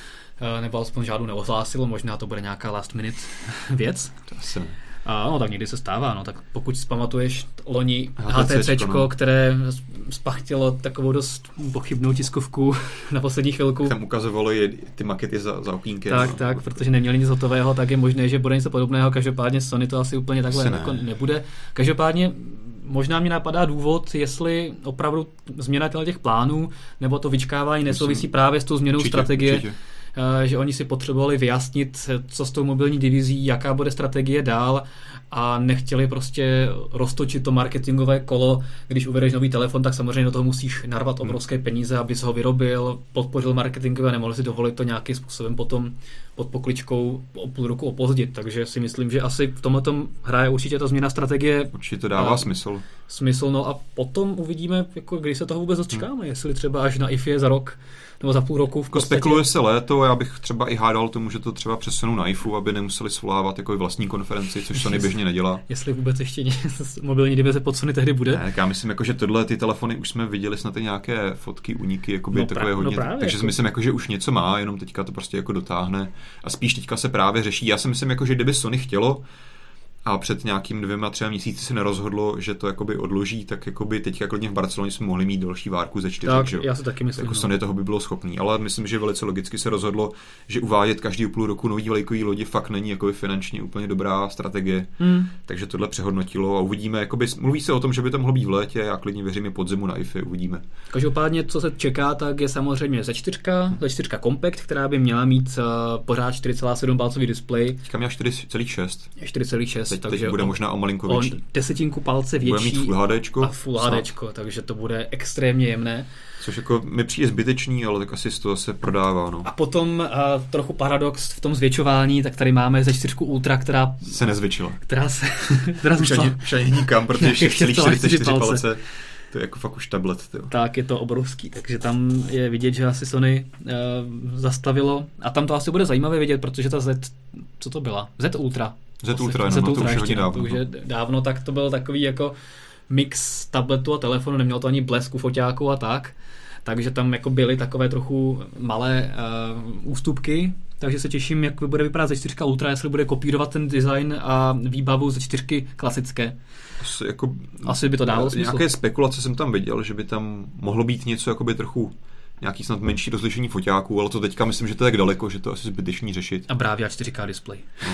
Nebo alespoň žádnou neohlásilo, možná to bude nějaká last minute věc. Asi ne. A no, tak někdy se stává, no, tak pokud si pamatuješ loni HTCčko, HTCčko, no. které spachtilo takovou dost pochybnou tiskovku na poslední chvilku. Tam ukazovalo i ty makety za, za okýnkem. Tak, no. tak, protože neměli nic hotového, tak je možné, že bude něco podobného, každopádně Sony to asi úplně takhle asi ne. jako nebude. Každopádně možná mě napadá důvod, jestli opravdu změna těch plánů, nebo to vyčkávání nesouvisí Myslím, právě s tou změnou určitě, strategie. Určitě. Že oni si potřebovali vyjasnit, co s tou mobilní divizí, jaká bude strategie dál a nechtěli prostě roztočit to marketingové kolo. Když uvedeš nový telefon, tak samozřejmě do toho musíš narvat obrovské peníze, abys ho vyrobil, podpořil marketingově a nemohli si dovolit to nějakým způsobem potom pod pokličkou o půl roku opozdit. Takže si myslím, že asi v tomhletom hraje určitě ta změna strategie. Určitě to dává a, smysl. Smysl, no a potom uvidíme, jako kdy se toho vůbec dočkáme, hmm. jestli třeba až na I F E za rok nebo za půl roku. V podstatě... Spekuluje se léto, já bych třeba i hádal tomu, že to třeba přesunou na I F U, aby nemuseli svolávat jako vlastní konferenci, což Sony běžně nedělá. Jestli vůbec ještě mobilní divize pod Sony tehdy bude. Ne, já myslím, jako, že tohle ty telefony už jsme viděli snad i nějaké fotky, úniky, jakoby no takové pra- hodně. No právě, takže jako... myslím, jako, že už něco má, jenom teďka to prostě jako dotáhne a spíš teďka se právě řeší. Já si myslím, jako, že kdyby Sony chtělo a před nějakým dvěma, třeba měsíci se nerozhodlo, že to jakoby odloží, tak jakoby teď klidně v Barceloně jsme mohli mít další várku ze čtyři. Tak, že? já si taky myslím. Jako no. Sony toho by bylo schopný, ale myslím, že velice logicky se rozhodlo, že uvádět každý půl roku nový vlajkový lodi fakt není jakoby finančně úplně dobrá strategie. Hmm. Takže tohle přehodnotilo a uvidíme, jakoby mluví se o tom, že by to mohlo být v létě, já klidně věřím i podzimu na I F E, uvidíme. Každopádně, co se čeká, tak je samozřejmě Z čtyři, Z čtyři Compact, která by měla mít uh, pořád čtyři celá sedm palcový displej. Teďka měla čtyři celá šest. čtyři celá šest, teď, takže teď bude o, možná o malinko větší. O desetinku palce větší. Bude mít Full HDčko. A Full HDčko, takže to bude extrémně jemné. Což jako mi přijde zbytečný, ale tak asi z toho se prodává. No. A potom uh, trochu paradox v tom zvětšování, tak tady máme Z čtyři Ultra, která se nezvětšila. Která se která už ani, už ani nikam, protože čtyřicet čtyři palce. To je jako fakt už tablet. Tyjo. Tak je to obrovský, takže tam je vidět, že asi Sony uh, zastavilo a tam to asi bude zajímavé vidět, protože ta Z, co to byla? Z Ultra. Z Ultra, jenom, Z Ultra, no, to už je hodně dávno. To už je dávno, tak to byl takový jako mix tabletu a telefonu, nemělo to ani blesku, foťáku a tak, takže tam jako byly takové trochu malé uh, ústupky, takže se těším, jak bude vypadat Z čtyři Ultra, jestli bude kopírovat ten design a výbavu Z čtyři klasické. Asi, jako, Asi by to dávalo smysl. Nějaké spekulace jsem tam viděl, že by tam mohlo být něco jakoby trochu nějaký snad menší rozlišení foťáků, ale to teďka myslím, že to je tak daleko, že to asi zbytečný řešit. A Bravia čtyři ká display. No,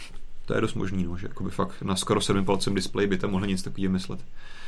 to je dost možný, no, že jakoby fakt na skoro sedmi palcem display by tam mohli nic takového myslet.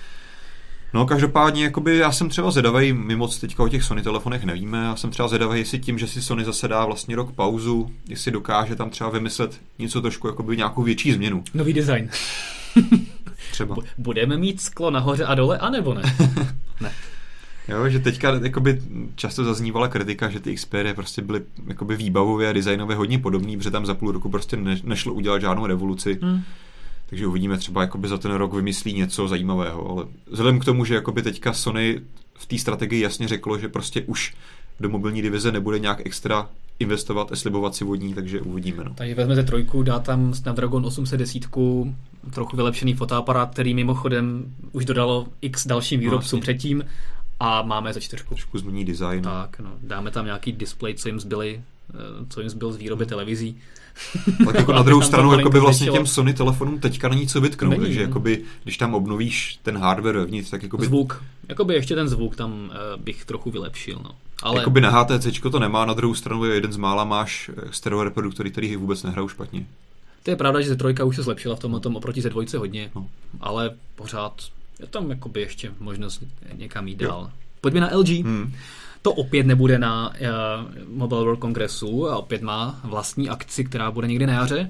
No každopádně, jakoby já jsem třeba zvědavej, my moc teďka o těch Sony telefonech nevíme, já jsem třeba zvědavej, jestli tím, že si Sony zase dá vlastně rok pauzu, jestli dokáže tam třeba vymyslet něco trošku, jakoby nějakou větší změnu. Nový design. Třeba. Budeme mít sklo nahoře a dole, anebo ne? Ne. Jo, že teďka jakoby často zaznívala kritika, že ty Xperie prostě byly jakoby výbavově a designově hodně podobný, protože tam za půl roku prostě ne, nešlo udělat žádnou revoluci. Hmm. Takže uvidíme třeba jakoby za ten rok vymyslí něco zajímavého, ale vzhledem k tomu, že jakoby teďka Sony v té strategii jasně řeklo, že prostě už do mobilní divize nebude nějak extra investovat a slibovat si vodní, takže uvidíme. No. Takže vezmete trojku, dá tam Snapdragon osm set deset, trochu vylepšený fotoaparát, který mimochodem už dodalo x dalším výrobcům no, předtím a máme za čtyřku. Trošku změní design. Tak, no, dáme tam nějaký display, co jim zbyly, co jim zbyl z výroby televizí. Tak jako na druhou stranu jakoby vlastně těm Sony telefonům teďka není co vytknout, takže jakoby, když tam obnovíš ten hardware vevnitř, tak jakoby... Zvuk. Jakoby ještě ten zvuk tam uh, bych trochu vylepšil, no. Ale... Jakoby na H T C to nemá, na druhou stranu je jeden z mála máš stereo reproduktory, který vůbec nehrajou špatně. To je pravda, že Z tři už se zlepšila v tom, tom oproti Z dva hodně, no. Ale pořád je tam jakoby ještě možnost někam jít dál. Pojďme na L G. Hmm. To opět nebude na uh, Mobile World Congressu a opět má vlastní akci, která bude někdy na jaře.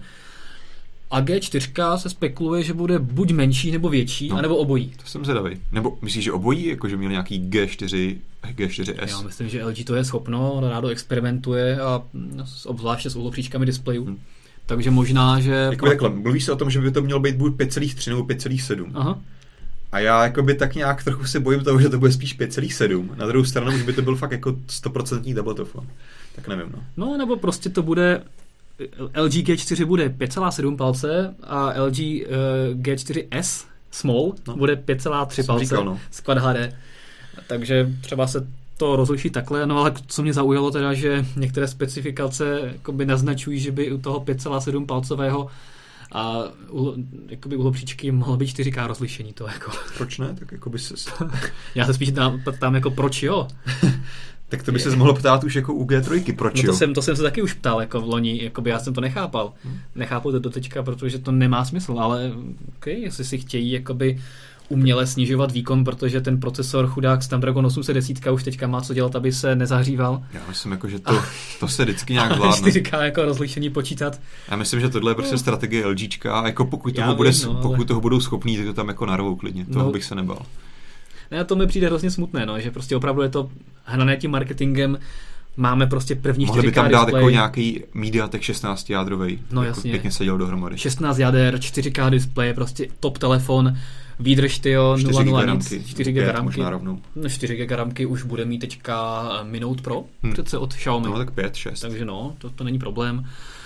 A G čtyři se spekuluje, že bude buď menší nebo větší, no, anebo obojí. To jsem zvědavý. Nebo myslíš, že obojí, jakože měl nějaký G čtyři, G čtyři S? Já myslím, že L G to je schopno, rádo experimentuje a obzvláště s uhlopříčkami displejů. Hmm. Takže možná, že... Jako takhle, mluví se o tom, že by to mělo být buď pět celá tři nebo pět celá sedm. Aha. A já jakoby tak nějak trochu se bojím toho, že to bude spíš pět celá sedm. Na druhou stranu už by to byl fakt jako sto procent tabletofon. Tak nevím, no. No, nebo prostě to bude... L G G čtyři bude pět celá sedm palce a L G uh, G čtyři S Small no. bude pět celá tři palce říkal, no. s Quad H D. Takže třeba se to rozliší takhle, no ale co mě zaujalo teda, že některé specifikace jakoby naznačují, že by u toho pět celá sedm palcového a u, jakoby uhlopříčky mohlo být čtyři ká rozlišení to jako. Proč ne? Tak jako by se... Já se spíš tam, tam jako proč jo? Tak to by se mohlo ptát už jako u G tři, proč no to jo? Jsem, to jsem se taky už ptal jako v loni, jakoby já jsem to nechápal. Hmm. Nechápu to doteďka, protože to nemá smysl, ale okay, jestli si chtějí jakoby uměle snižovat výkon, protože ten procesor chudák Snapdragon osm set deset už teďka má co dělat, aby se nezahříval. Já myslím, jako, že to, to se vždycky nějak zvládne. čtyři ká jako rozlišení počítat. Já myslím, že tohle je prostě strategie LGčka a jako pokud, toho, vím, bude, no, pokud ale... toho budou schopní, tak to tam jako narvou klidně. Toho no, bych se nebal. Ne, to mi přijde hrozně smutné, no, že prostě opravdu je to hnané tím marketingem. Máme prostě první čtyři ká Mohli by tam dát display. Jako nějaký MediaTek šestnáct jádrovej. No jako jasně. Pěkně seděl dohromady. šestnáct jader, čtyři ká display, prostě top telefon, výdrž tyjo, nula nula nic, čtyři giga ramky. No čtyři giga ramky už bude mít teďka Minote Pro, hmm. přece od Xiaomi. No tak pět, šest. Takže no, to, to není problém.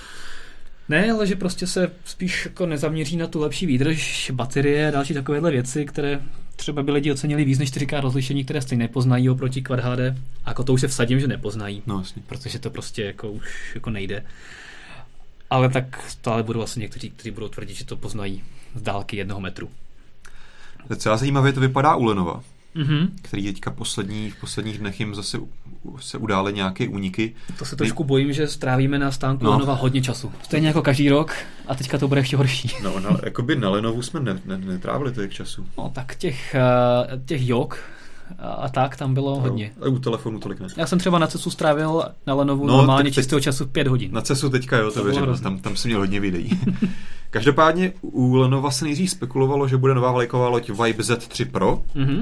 Ne, ale že prostě se spíš jako nezaměří na tu lepší výdrž, baterie a další takovéhle věci, které třeba by lidi ocenili víc než čtyři ká rozlišení, které stejně nepoznají oproti Quad H D. A jako to už se vsadím, že nepoznají. No, jasně. Protože to prostě jako už jako nejde. Ale tak stále budou asi někteří, kteří budou tvrdit, že to poznají z dálky jednoho metru. Docela zajímavě to vypadá u Lenova, mm-hmm. který teďka poslední, v posledních dnech jim zase se udály nějaké úniky. To se trošku My... bojím, že strávíme na stánku no. Lenova hodně času. Stejně jako každý rok a teďka to bude ještě horší. No, no jakoby na Lenovu jsme ne, ne, netrávili tolik času. No tak těch, těch jok a tak tam bylo no, hodně. A u telefonu tolik ne. Já jsem třeba na cestu strávil na Lenovu no, normálně čistého času pět hodin. Na cestu teďka jo, to, to věřím, tam, tam jsem měl hodně videí. Každopádně u Lenova se nejdřív spekulovalo, že bude nová vlajková loď Vibe Z tři Pro. Mm-hmm.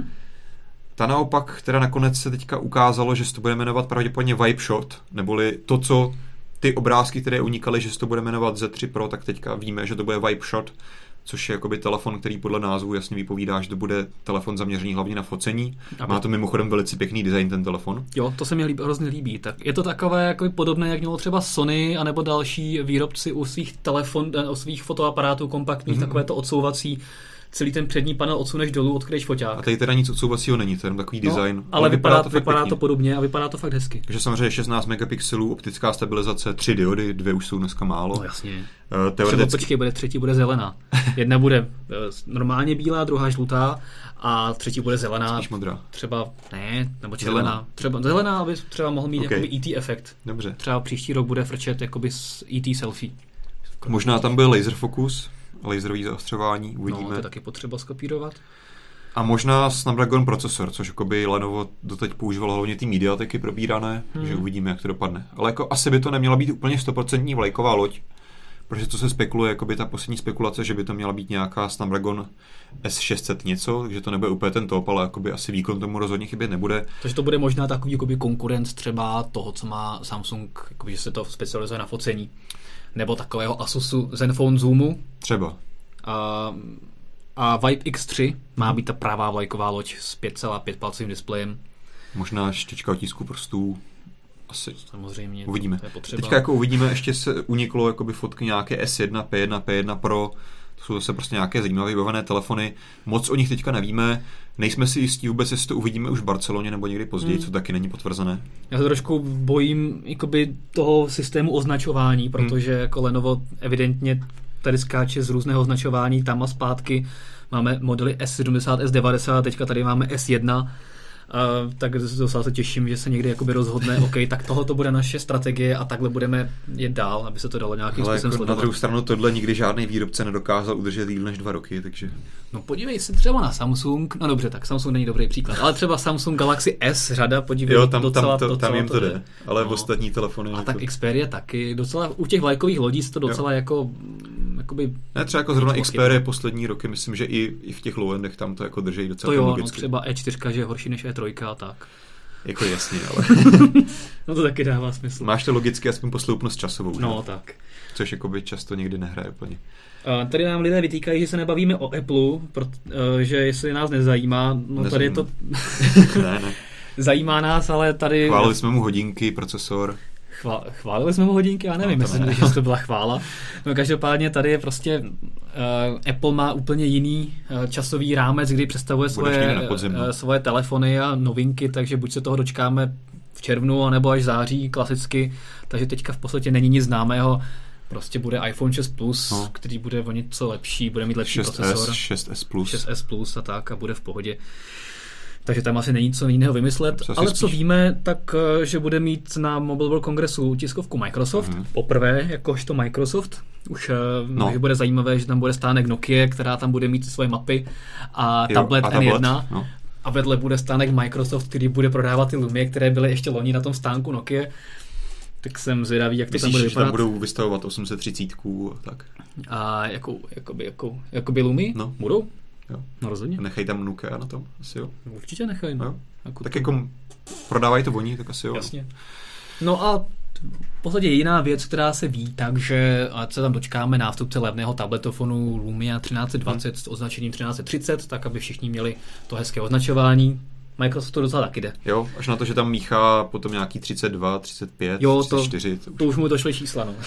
Ta naopak, teda nakonec se teďka ukázalo, že se to bude jmenovat pravděpodobně Vibe Shot, neboli to, co ty obrázky, které unikaly, že se to bude jmenovat Z tři Pro, tak teďka víme, že to bude Vibe Shot, což je jakoby telefon, který podle názvu jasně vypovídá, že to bude telefon zaměřený hlavně na focení. Má to mimochodem velice pěkný design ten telefon. Jo, to se mi líbí, hrozně líbí. Tak je to takové jako podobné, jak mělo třeba Sony anebo další výrobci u svých telefon, u svých fotoaparátů kompaktních, mm-hmm. takové to odsouvací. Celý ten přední panel odsuneš dolů, odkryješ foťák. A tady teda nic odsouvacího není, to je takový no, design. Ale, ale vypadá, vypadá, to, vypadá to podobně a vypadá to fakt hezky. Takže samozřejmě šestnáct megapixelů, optická stabilizace, tři diody, dvě už jsou dneska málo. No jasně. Uh, teoreticky... Třeba počkej, bude třetí bude zelená. Jedna bude normálně bílá, druhá žlutá a třetí bude zelená. Spíš modrá. Třeba ne, nebo zelená. Třeba zelená, aby třeba mohl mít okay. jakoby E T efekt. Dobře. Třeba příští rok bude frčet jakoby s E T selfie. Možná tam byl laser focus. Laserový zaostřování, uvidíme. No, to taky potřeba skopírovat. A možná Snapdragon procesor, což jakoby Lenovo doteď používalo hlavně ty MediaTeky probírané, hmm. že uvidíme, jak to dopadne. Ale jako asi by to neměla být úplně sto procent vlajková loď, protože to se spekuluje, jakoby ta poslední spekulace, že by to měla být nějaká Snapdragon S šest set něco, takže to nebude úplně ten top, ale jakoby asi výkon tomu rozhodně chybět nebude. Takže to bude možná takový jakoby konkurent třeba toho, co má Samsung, jakoby, že se to specializuje na focení. Nebo takového Asusu Zenfone Zoomu. Třeba. A, a Vibe X tři má být ta pravá vlajková loď s pět celá pět palcovým displejem. Možná štěčka otisku prstů. asi. Samozřejmě. Uvidíme. To je potřeba. Teďka jako uvidíme, ještě se uniklo jakoby fotky nějaké S jedna, P jedna, P jedna Pro. To jsou zase prostě nějaké zajímavé vybavené telefony. Moc o nich teďka nevíme. Nejsme si jistí vůbec, jestli to uvidíme už v Barceloně nebo někdy později, hmm. co taky není potvrzené. Já se trošku bojím jakoby toho systému označování, protože hmm. jako Lenovo evidentně tady skáče z různého označování tam a zpátky. Máme modely S sedmdesát, S devadesát, teďka tady máme S jedna. Uh, tak docela se těším, že se někdy jakoby rozhodne, OK, tak tohle to bude naše strategie a takhle budeme jít dál, aby se to dalo nějakým způsobem jako sledovat. Na druhou stranu tohle nikdy žádný výrobce nedokázal udržet díl než dva roky, takže... No podívej se třeba na Samsung, no dobře, tak Samsung není dobrý příklad, ale třeba Samsung Galaxy S řada, podívej, jo, tam, docela, tam, to, docela tam jim to jde, jde. ale no. v ostatní telefony... A jako... tak Xperia taky, docela, u těch vlajkových lodí se to docela jo. jako... Jakoby, ne, třeba jako zrovna Xperia poslední roky, myslím, že i, i v těch low-endech tam to jako drží docela to jo, logicky. no, třeba E čtyři, že je horší než E tři a tak. Jako jasně, ale... no to taky dává smysl. Máš to logicky aspoň posloupnost časovou, no, že? tak. Což jakoby často někdy nehraje úplně. Uh, tady nám lidé vytýkají, že se nebavíme o Apple, proto, uh, že jestli nás nezajímá, no Nezajímá. Tady je to... ne, ne. Zajímá nás, ale tady... Chválili jsme mu hodinky, procesor... Chvál, chválili jsme mu hodinky, já nevím, no, to myslím, že to byla chvála. No každopádně tady je prostě uh, Apple má úplně jiný uh, časový rámec, kdy představuje svoje, uh, svoje telefony a novinky, takže buď se toho dočkáme v červnu, anebo až září klasicky, takže teďka v podstatě není nic známého. Prostě bude iPhone šest Plus, no. který bude o něco lepší, bude mít lepší šest S, procesor. šest S Plus. šest S Plus a tak a bude v pohodě. Takže tam asi není co jiného vymyslet, co ale spíš... co víme, tak že bude mít na Mobile World Kongresu tiskovku Microsoft. Mm. Poprvé, jakožto Microsoft. Už no. že bude zajímavé, že tam bude stánek Nokia, která tam bude mít svoje mapy a jo, tablet, a tablet N jedna. No. A vedle bude stánek Microsoft, který bude prodávat ty Lumie, které byly ještě loni na tom stánku Nokia. Tak jsem zvědavý, jak to Myslíš, tam bude vypadat. vypadat. Že tam budou vystavovat osm set třicet a tak. A jakou, jakoby, jakou, jakoby Lumie? No. Budou? Jo. No rozhodně. Nechají tam Nokia na tom, asi jo. Určitě nechají. No. Jako tak to... jako prodávají to oni, tak asi jo. Jasně. No a v podstatě jiná věc, která se ví, takže ať se tam dočkáme nástupce levného tabletofonu Lumia třináct set dvacet hmm. s označením třináct set třicet, tak aby všichni měli to hezké označování. Microsoft to docela taky jde. Jo, až na to, že tam míchá potom nějaký třicet dva, třicet pět, jo, třicet čtyři. To, to, to už mu došly čísla, no.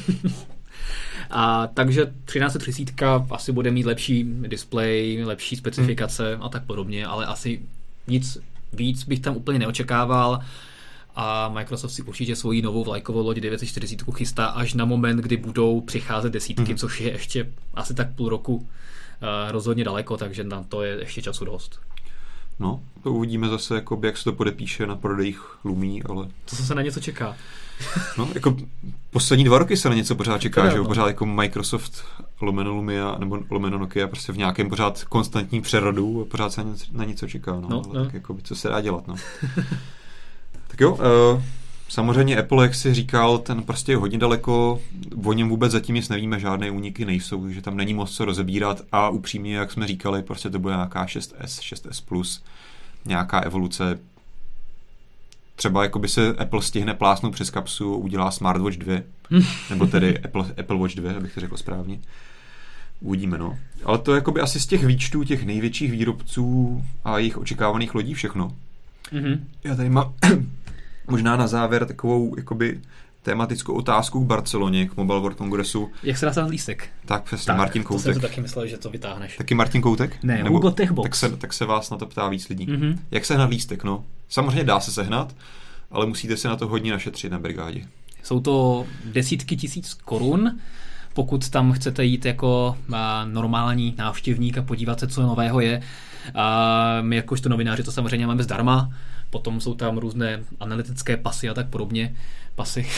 A takže třináct set třicet asi bude mít lepší displej, lepší specifikace hmm. a tak podobně, ale asi nic víc bych tam úplně neočekával a Microsoft si určitě svoji novou vlajkovou loď devět set čtyřicet chystá až na moment, kdy budou přicházet desítky, hmm. což je ještě asi tak půl roku uh, rozhodně daleko, takže na to je ještě času dost. No, to uvidíme zase, jakoby, jak se to podepíše na prodejích Lumí, ale... To se na něco čeká. No, jako poslední dva roky se na něco pořád čeká, teda, že jo, no. Pořád jako Microsoft lomeno Lumia, nebo lomeno Nokia prostě v nějakém pořád konstantním přerodu a pořád se na něco čeká, no, no, ale no. tak jako, co se dá dělat, no. Tak jo, uh, samozřejmě Apple, jak jsi říkal, ten prostě je hodně daleko, o něm vůbec zatím nic nevíme, žádné úniky nejsou, takže tam není moc co rozebírat a upřímně, jak jsme říkali, prostě to bude nějaká šest S, šest S Plus, nějaká evoluce. Třeba jakoby se Apple stihne plásnout přes kapsu, udělá Smartwatch dva, nebo tedy Apple, Apple Watch dva, abych to řekl správně. Uvidíme, no. Ale to je jakoby asi z těch výčtů těch největších výrobců a jejich očekávaných lodí všechno. Mm-hmm. Já tady mám možná na závěr takovou jakoby tematickou otázku k Barceloně, k Mobile World Kongresu. Jak se dá stát lístek? Tak přesně, tak, Martin Koutek. To jsem si taky myslel, že to vytáhneš. Taky Martin Koutek? Ne, Nebo, Hugo Techbox. Tak se, tak se vás na to ptá víc lidí. Mm-hmm. Jak sehnat lístek, no? Samozřejmě dá se sehnat, ale musíte se na to hodně našetřit na brigádě. Jsou to desítky tisíc korun, pokud tam chcete jít jako normální návštěvník a podívat se, co nového je. A my jakožto novináři to samozřejmě máme zdarma. Potom jsou tam různé analytické pasy a tak podobně. Pasy.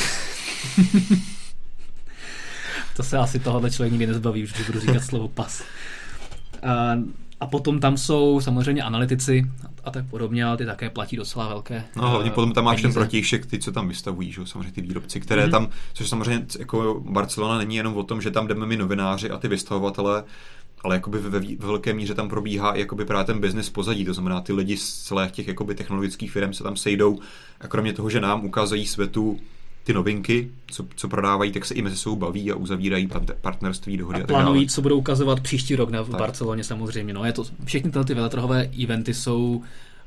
To se asi tohohle člověk nikdy nezbaví, už budu říkat slovo pas. A, a potom tam jsou samozřejmě analytici a tak podobně, ale ty také platí docela velké. No hlavně potom tam máš peníze. Ten protějšek, ty, co tam vystavují, že? Samozřejmě ty výrobci, které mm. tam, což samozřejmě jako Barcelona není jenom o tom, že tam jdeme my novináři a ty vystavovatelé, ale jakoby ve, ve velké míře tam probíhá i jakoby právě ten business pozadí, to znamená ty lidi z celých těch jakoby technologických firm se tam sejdou a kromě toho, že nám ukazují světu ty novinky, co, co prodávají, tak se i mezi sebou baví a uzavírají partnerství, dohody a, a tak dále. Plánují, co budou ukazovat příští rok na v Barceloně samozřejmě. No, je to, všechny tyhle ty veletrhové eventy jsou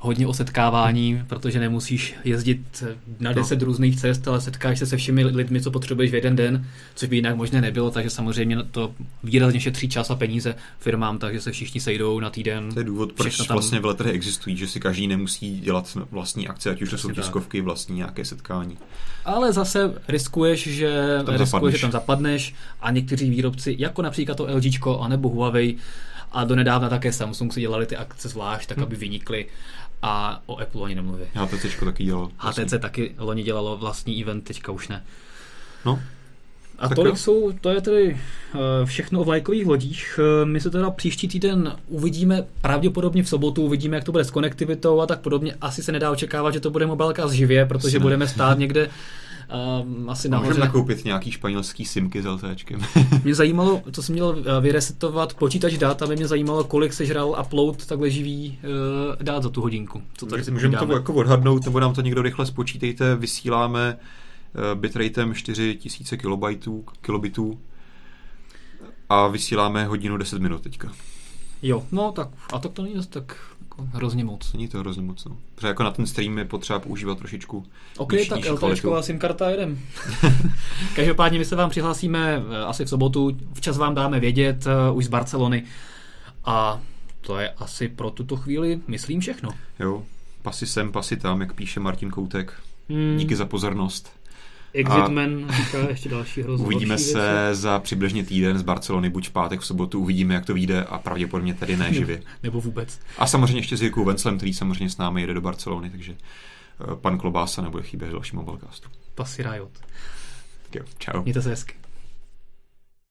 hodně o setkávání, protože nemusíš jezdit na deset no. různých cest, ale setkáš se se všemi lidmi, co potřebuješ v jeden den, což by jinak možné nebylo, takže samozřejmě to výrazně šetří čas a peníze firmám, takže se všichni sejdou na týden. To je důvod, proč tam... vlastně veletrhy existují, že si každý nemusí dělat vlastní akce, ať už to jsou tiskovky, vlastní nějaké setkání. Ale zase riskuješ, že tam, riskuješ, zapadneš. že tam zapadneš a někteří výrobci, jako například to LGčko anebo Huawei, a donedávna také Samsung si dělali ty akce zvlášť, tak hmm. aby vynikly. A o Apple ani nemluví. HTCčko taky dělalo. H T C taky loni dělalo vlastní event, teďka už ne. No. A tak tolik jo. jsou, to je tedy všechno o vlajkových lodích. My se teda příští týden uvidíme, pravděpodobně v sobotu, uvidíme, jak to bude s konektivitou a tak podobně. Asi se nedá očekávat, že to bude Mobilecast živě, protože Asi budeme stát někde Uh, asi nahoře. Můžeme nakoupit nějaký španělský simky s LTEčkem. Mě zajímalo, co jsem měl vyresetovat počítač dat, aby mě zajímalo, kolik sežral upload takhle živý uh, dát za tu hodinku. Co tady si můžeme to jako odhadnout, nebo nám to někdo rychle spočítejte. Vysíláme uh, bitratem čtyři tisíce kilobitů, kilobitů a vysíláme hodinu deset minut teďka. Jo, no tak a tak to není dost tak jako hrozně moc. Není to hrozně moc, no. Protože jako na ten stream je potřeba používat trošičku OK, nižší, tak LTEčková SIM karta jedem. Každopádně my se vám přihlásíme asi v sobotu, včas vám dáme vědět uh, už z Barcelony a to je asi pro tuto chvíli, myslím, všechno. Jo, pasy sem, pasy tam, jak píše Martin Koutek. Hmm. Díky za pozornost. Exitman říká ještě další hrozně. Uvidíme se za přibližně týden z Barcelony, buď v pátek, v sobotu, uvidíme, jak to vyjde a pravděpodobně tady ne živě. Nebo, nebo vůbec. A samozřejmě ještě s Jirkou Venclem, který samozřejmě s námi jede do Barcelony, takže pan Klobása nebude chybět v dalším Mobilecastu. Pasy Riot. Tak jo, čau. Mějte se hezky.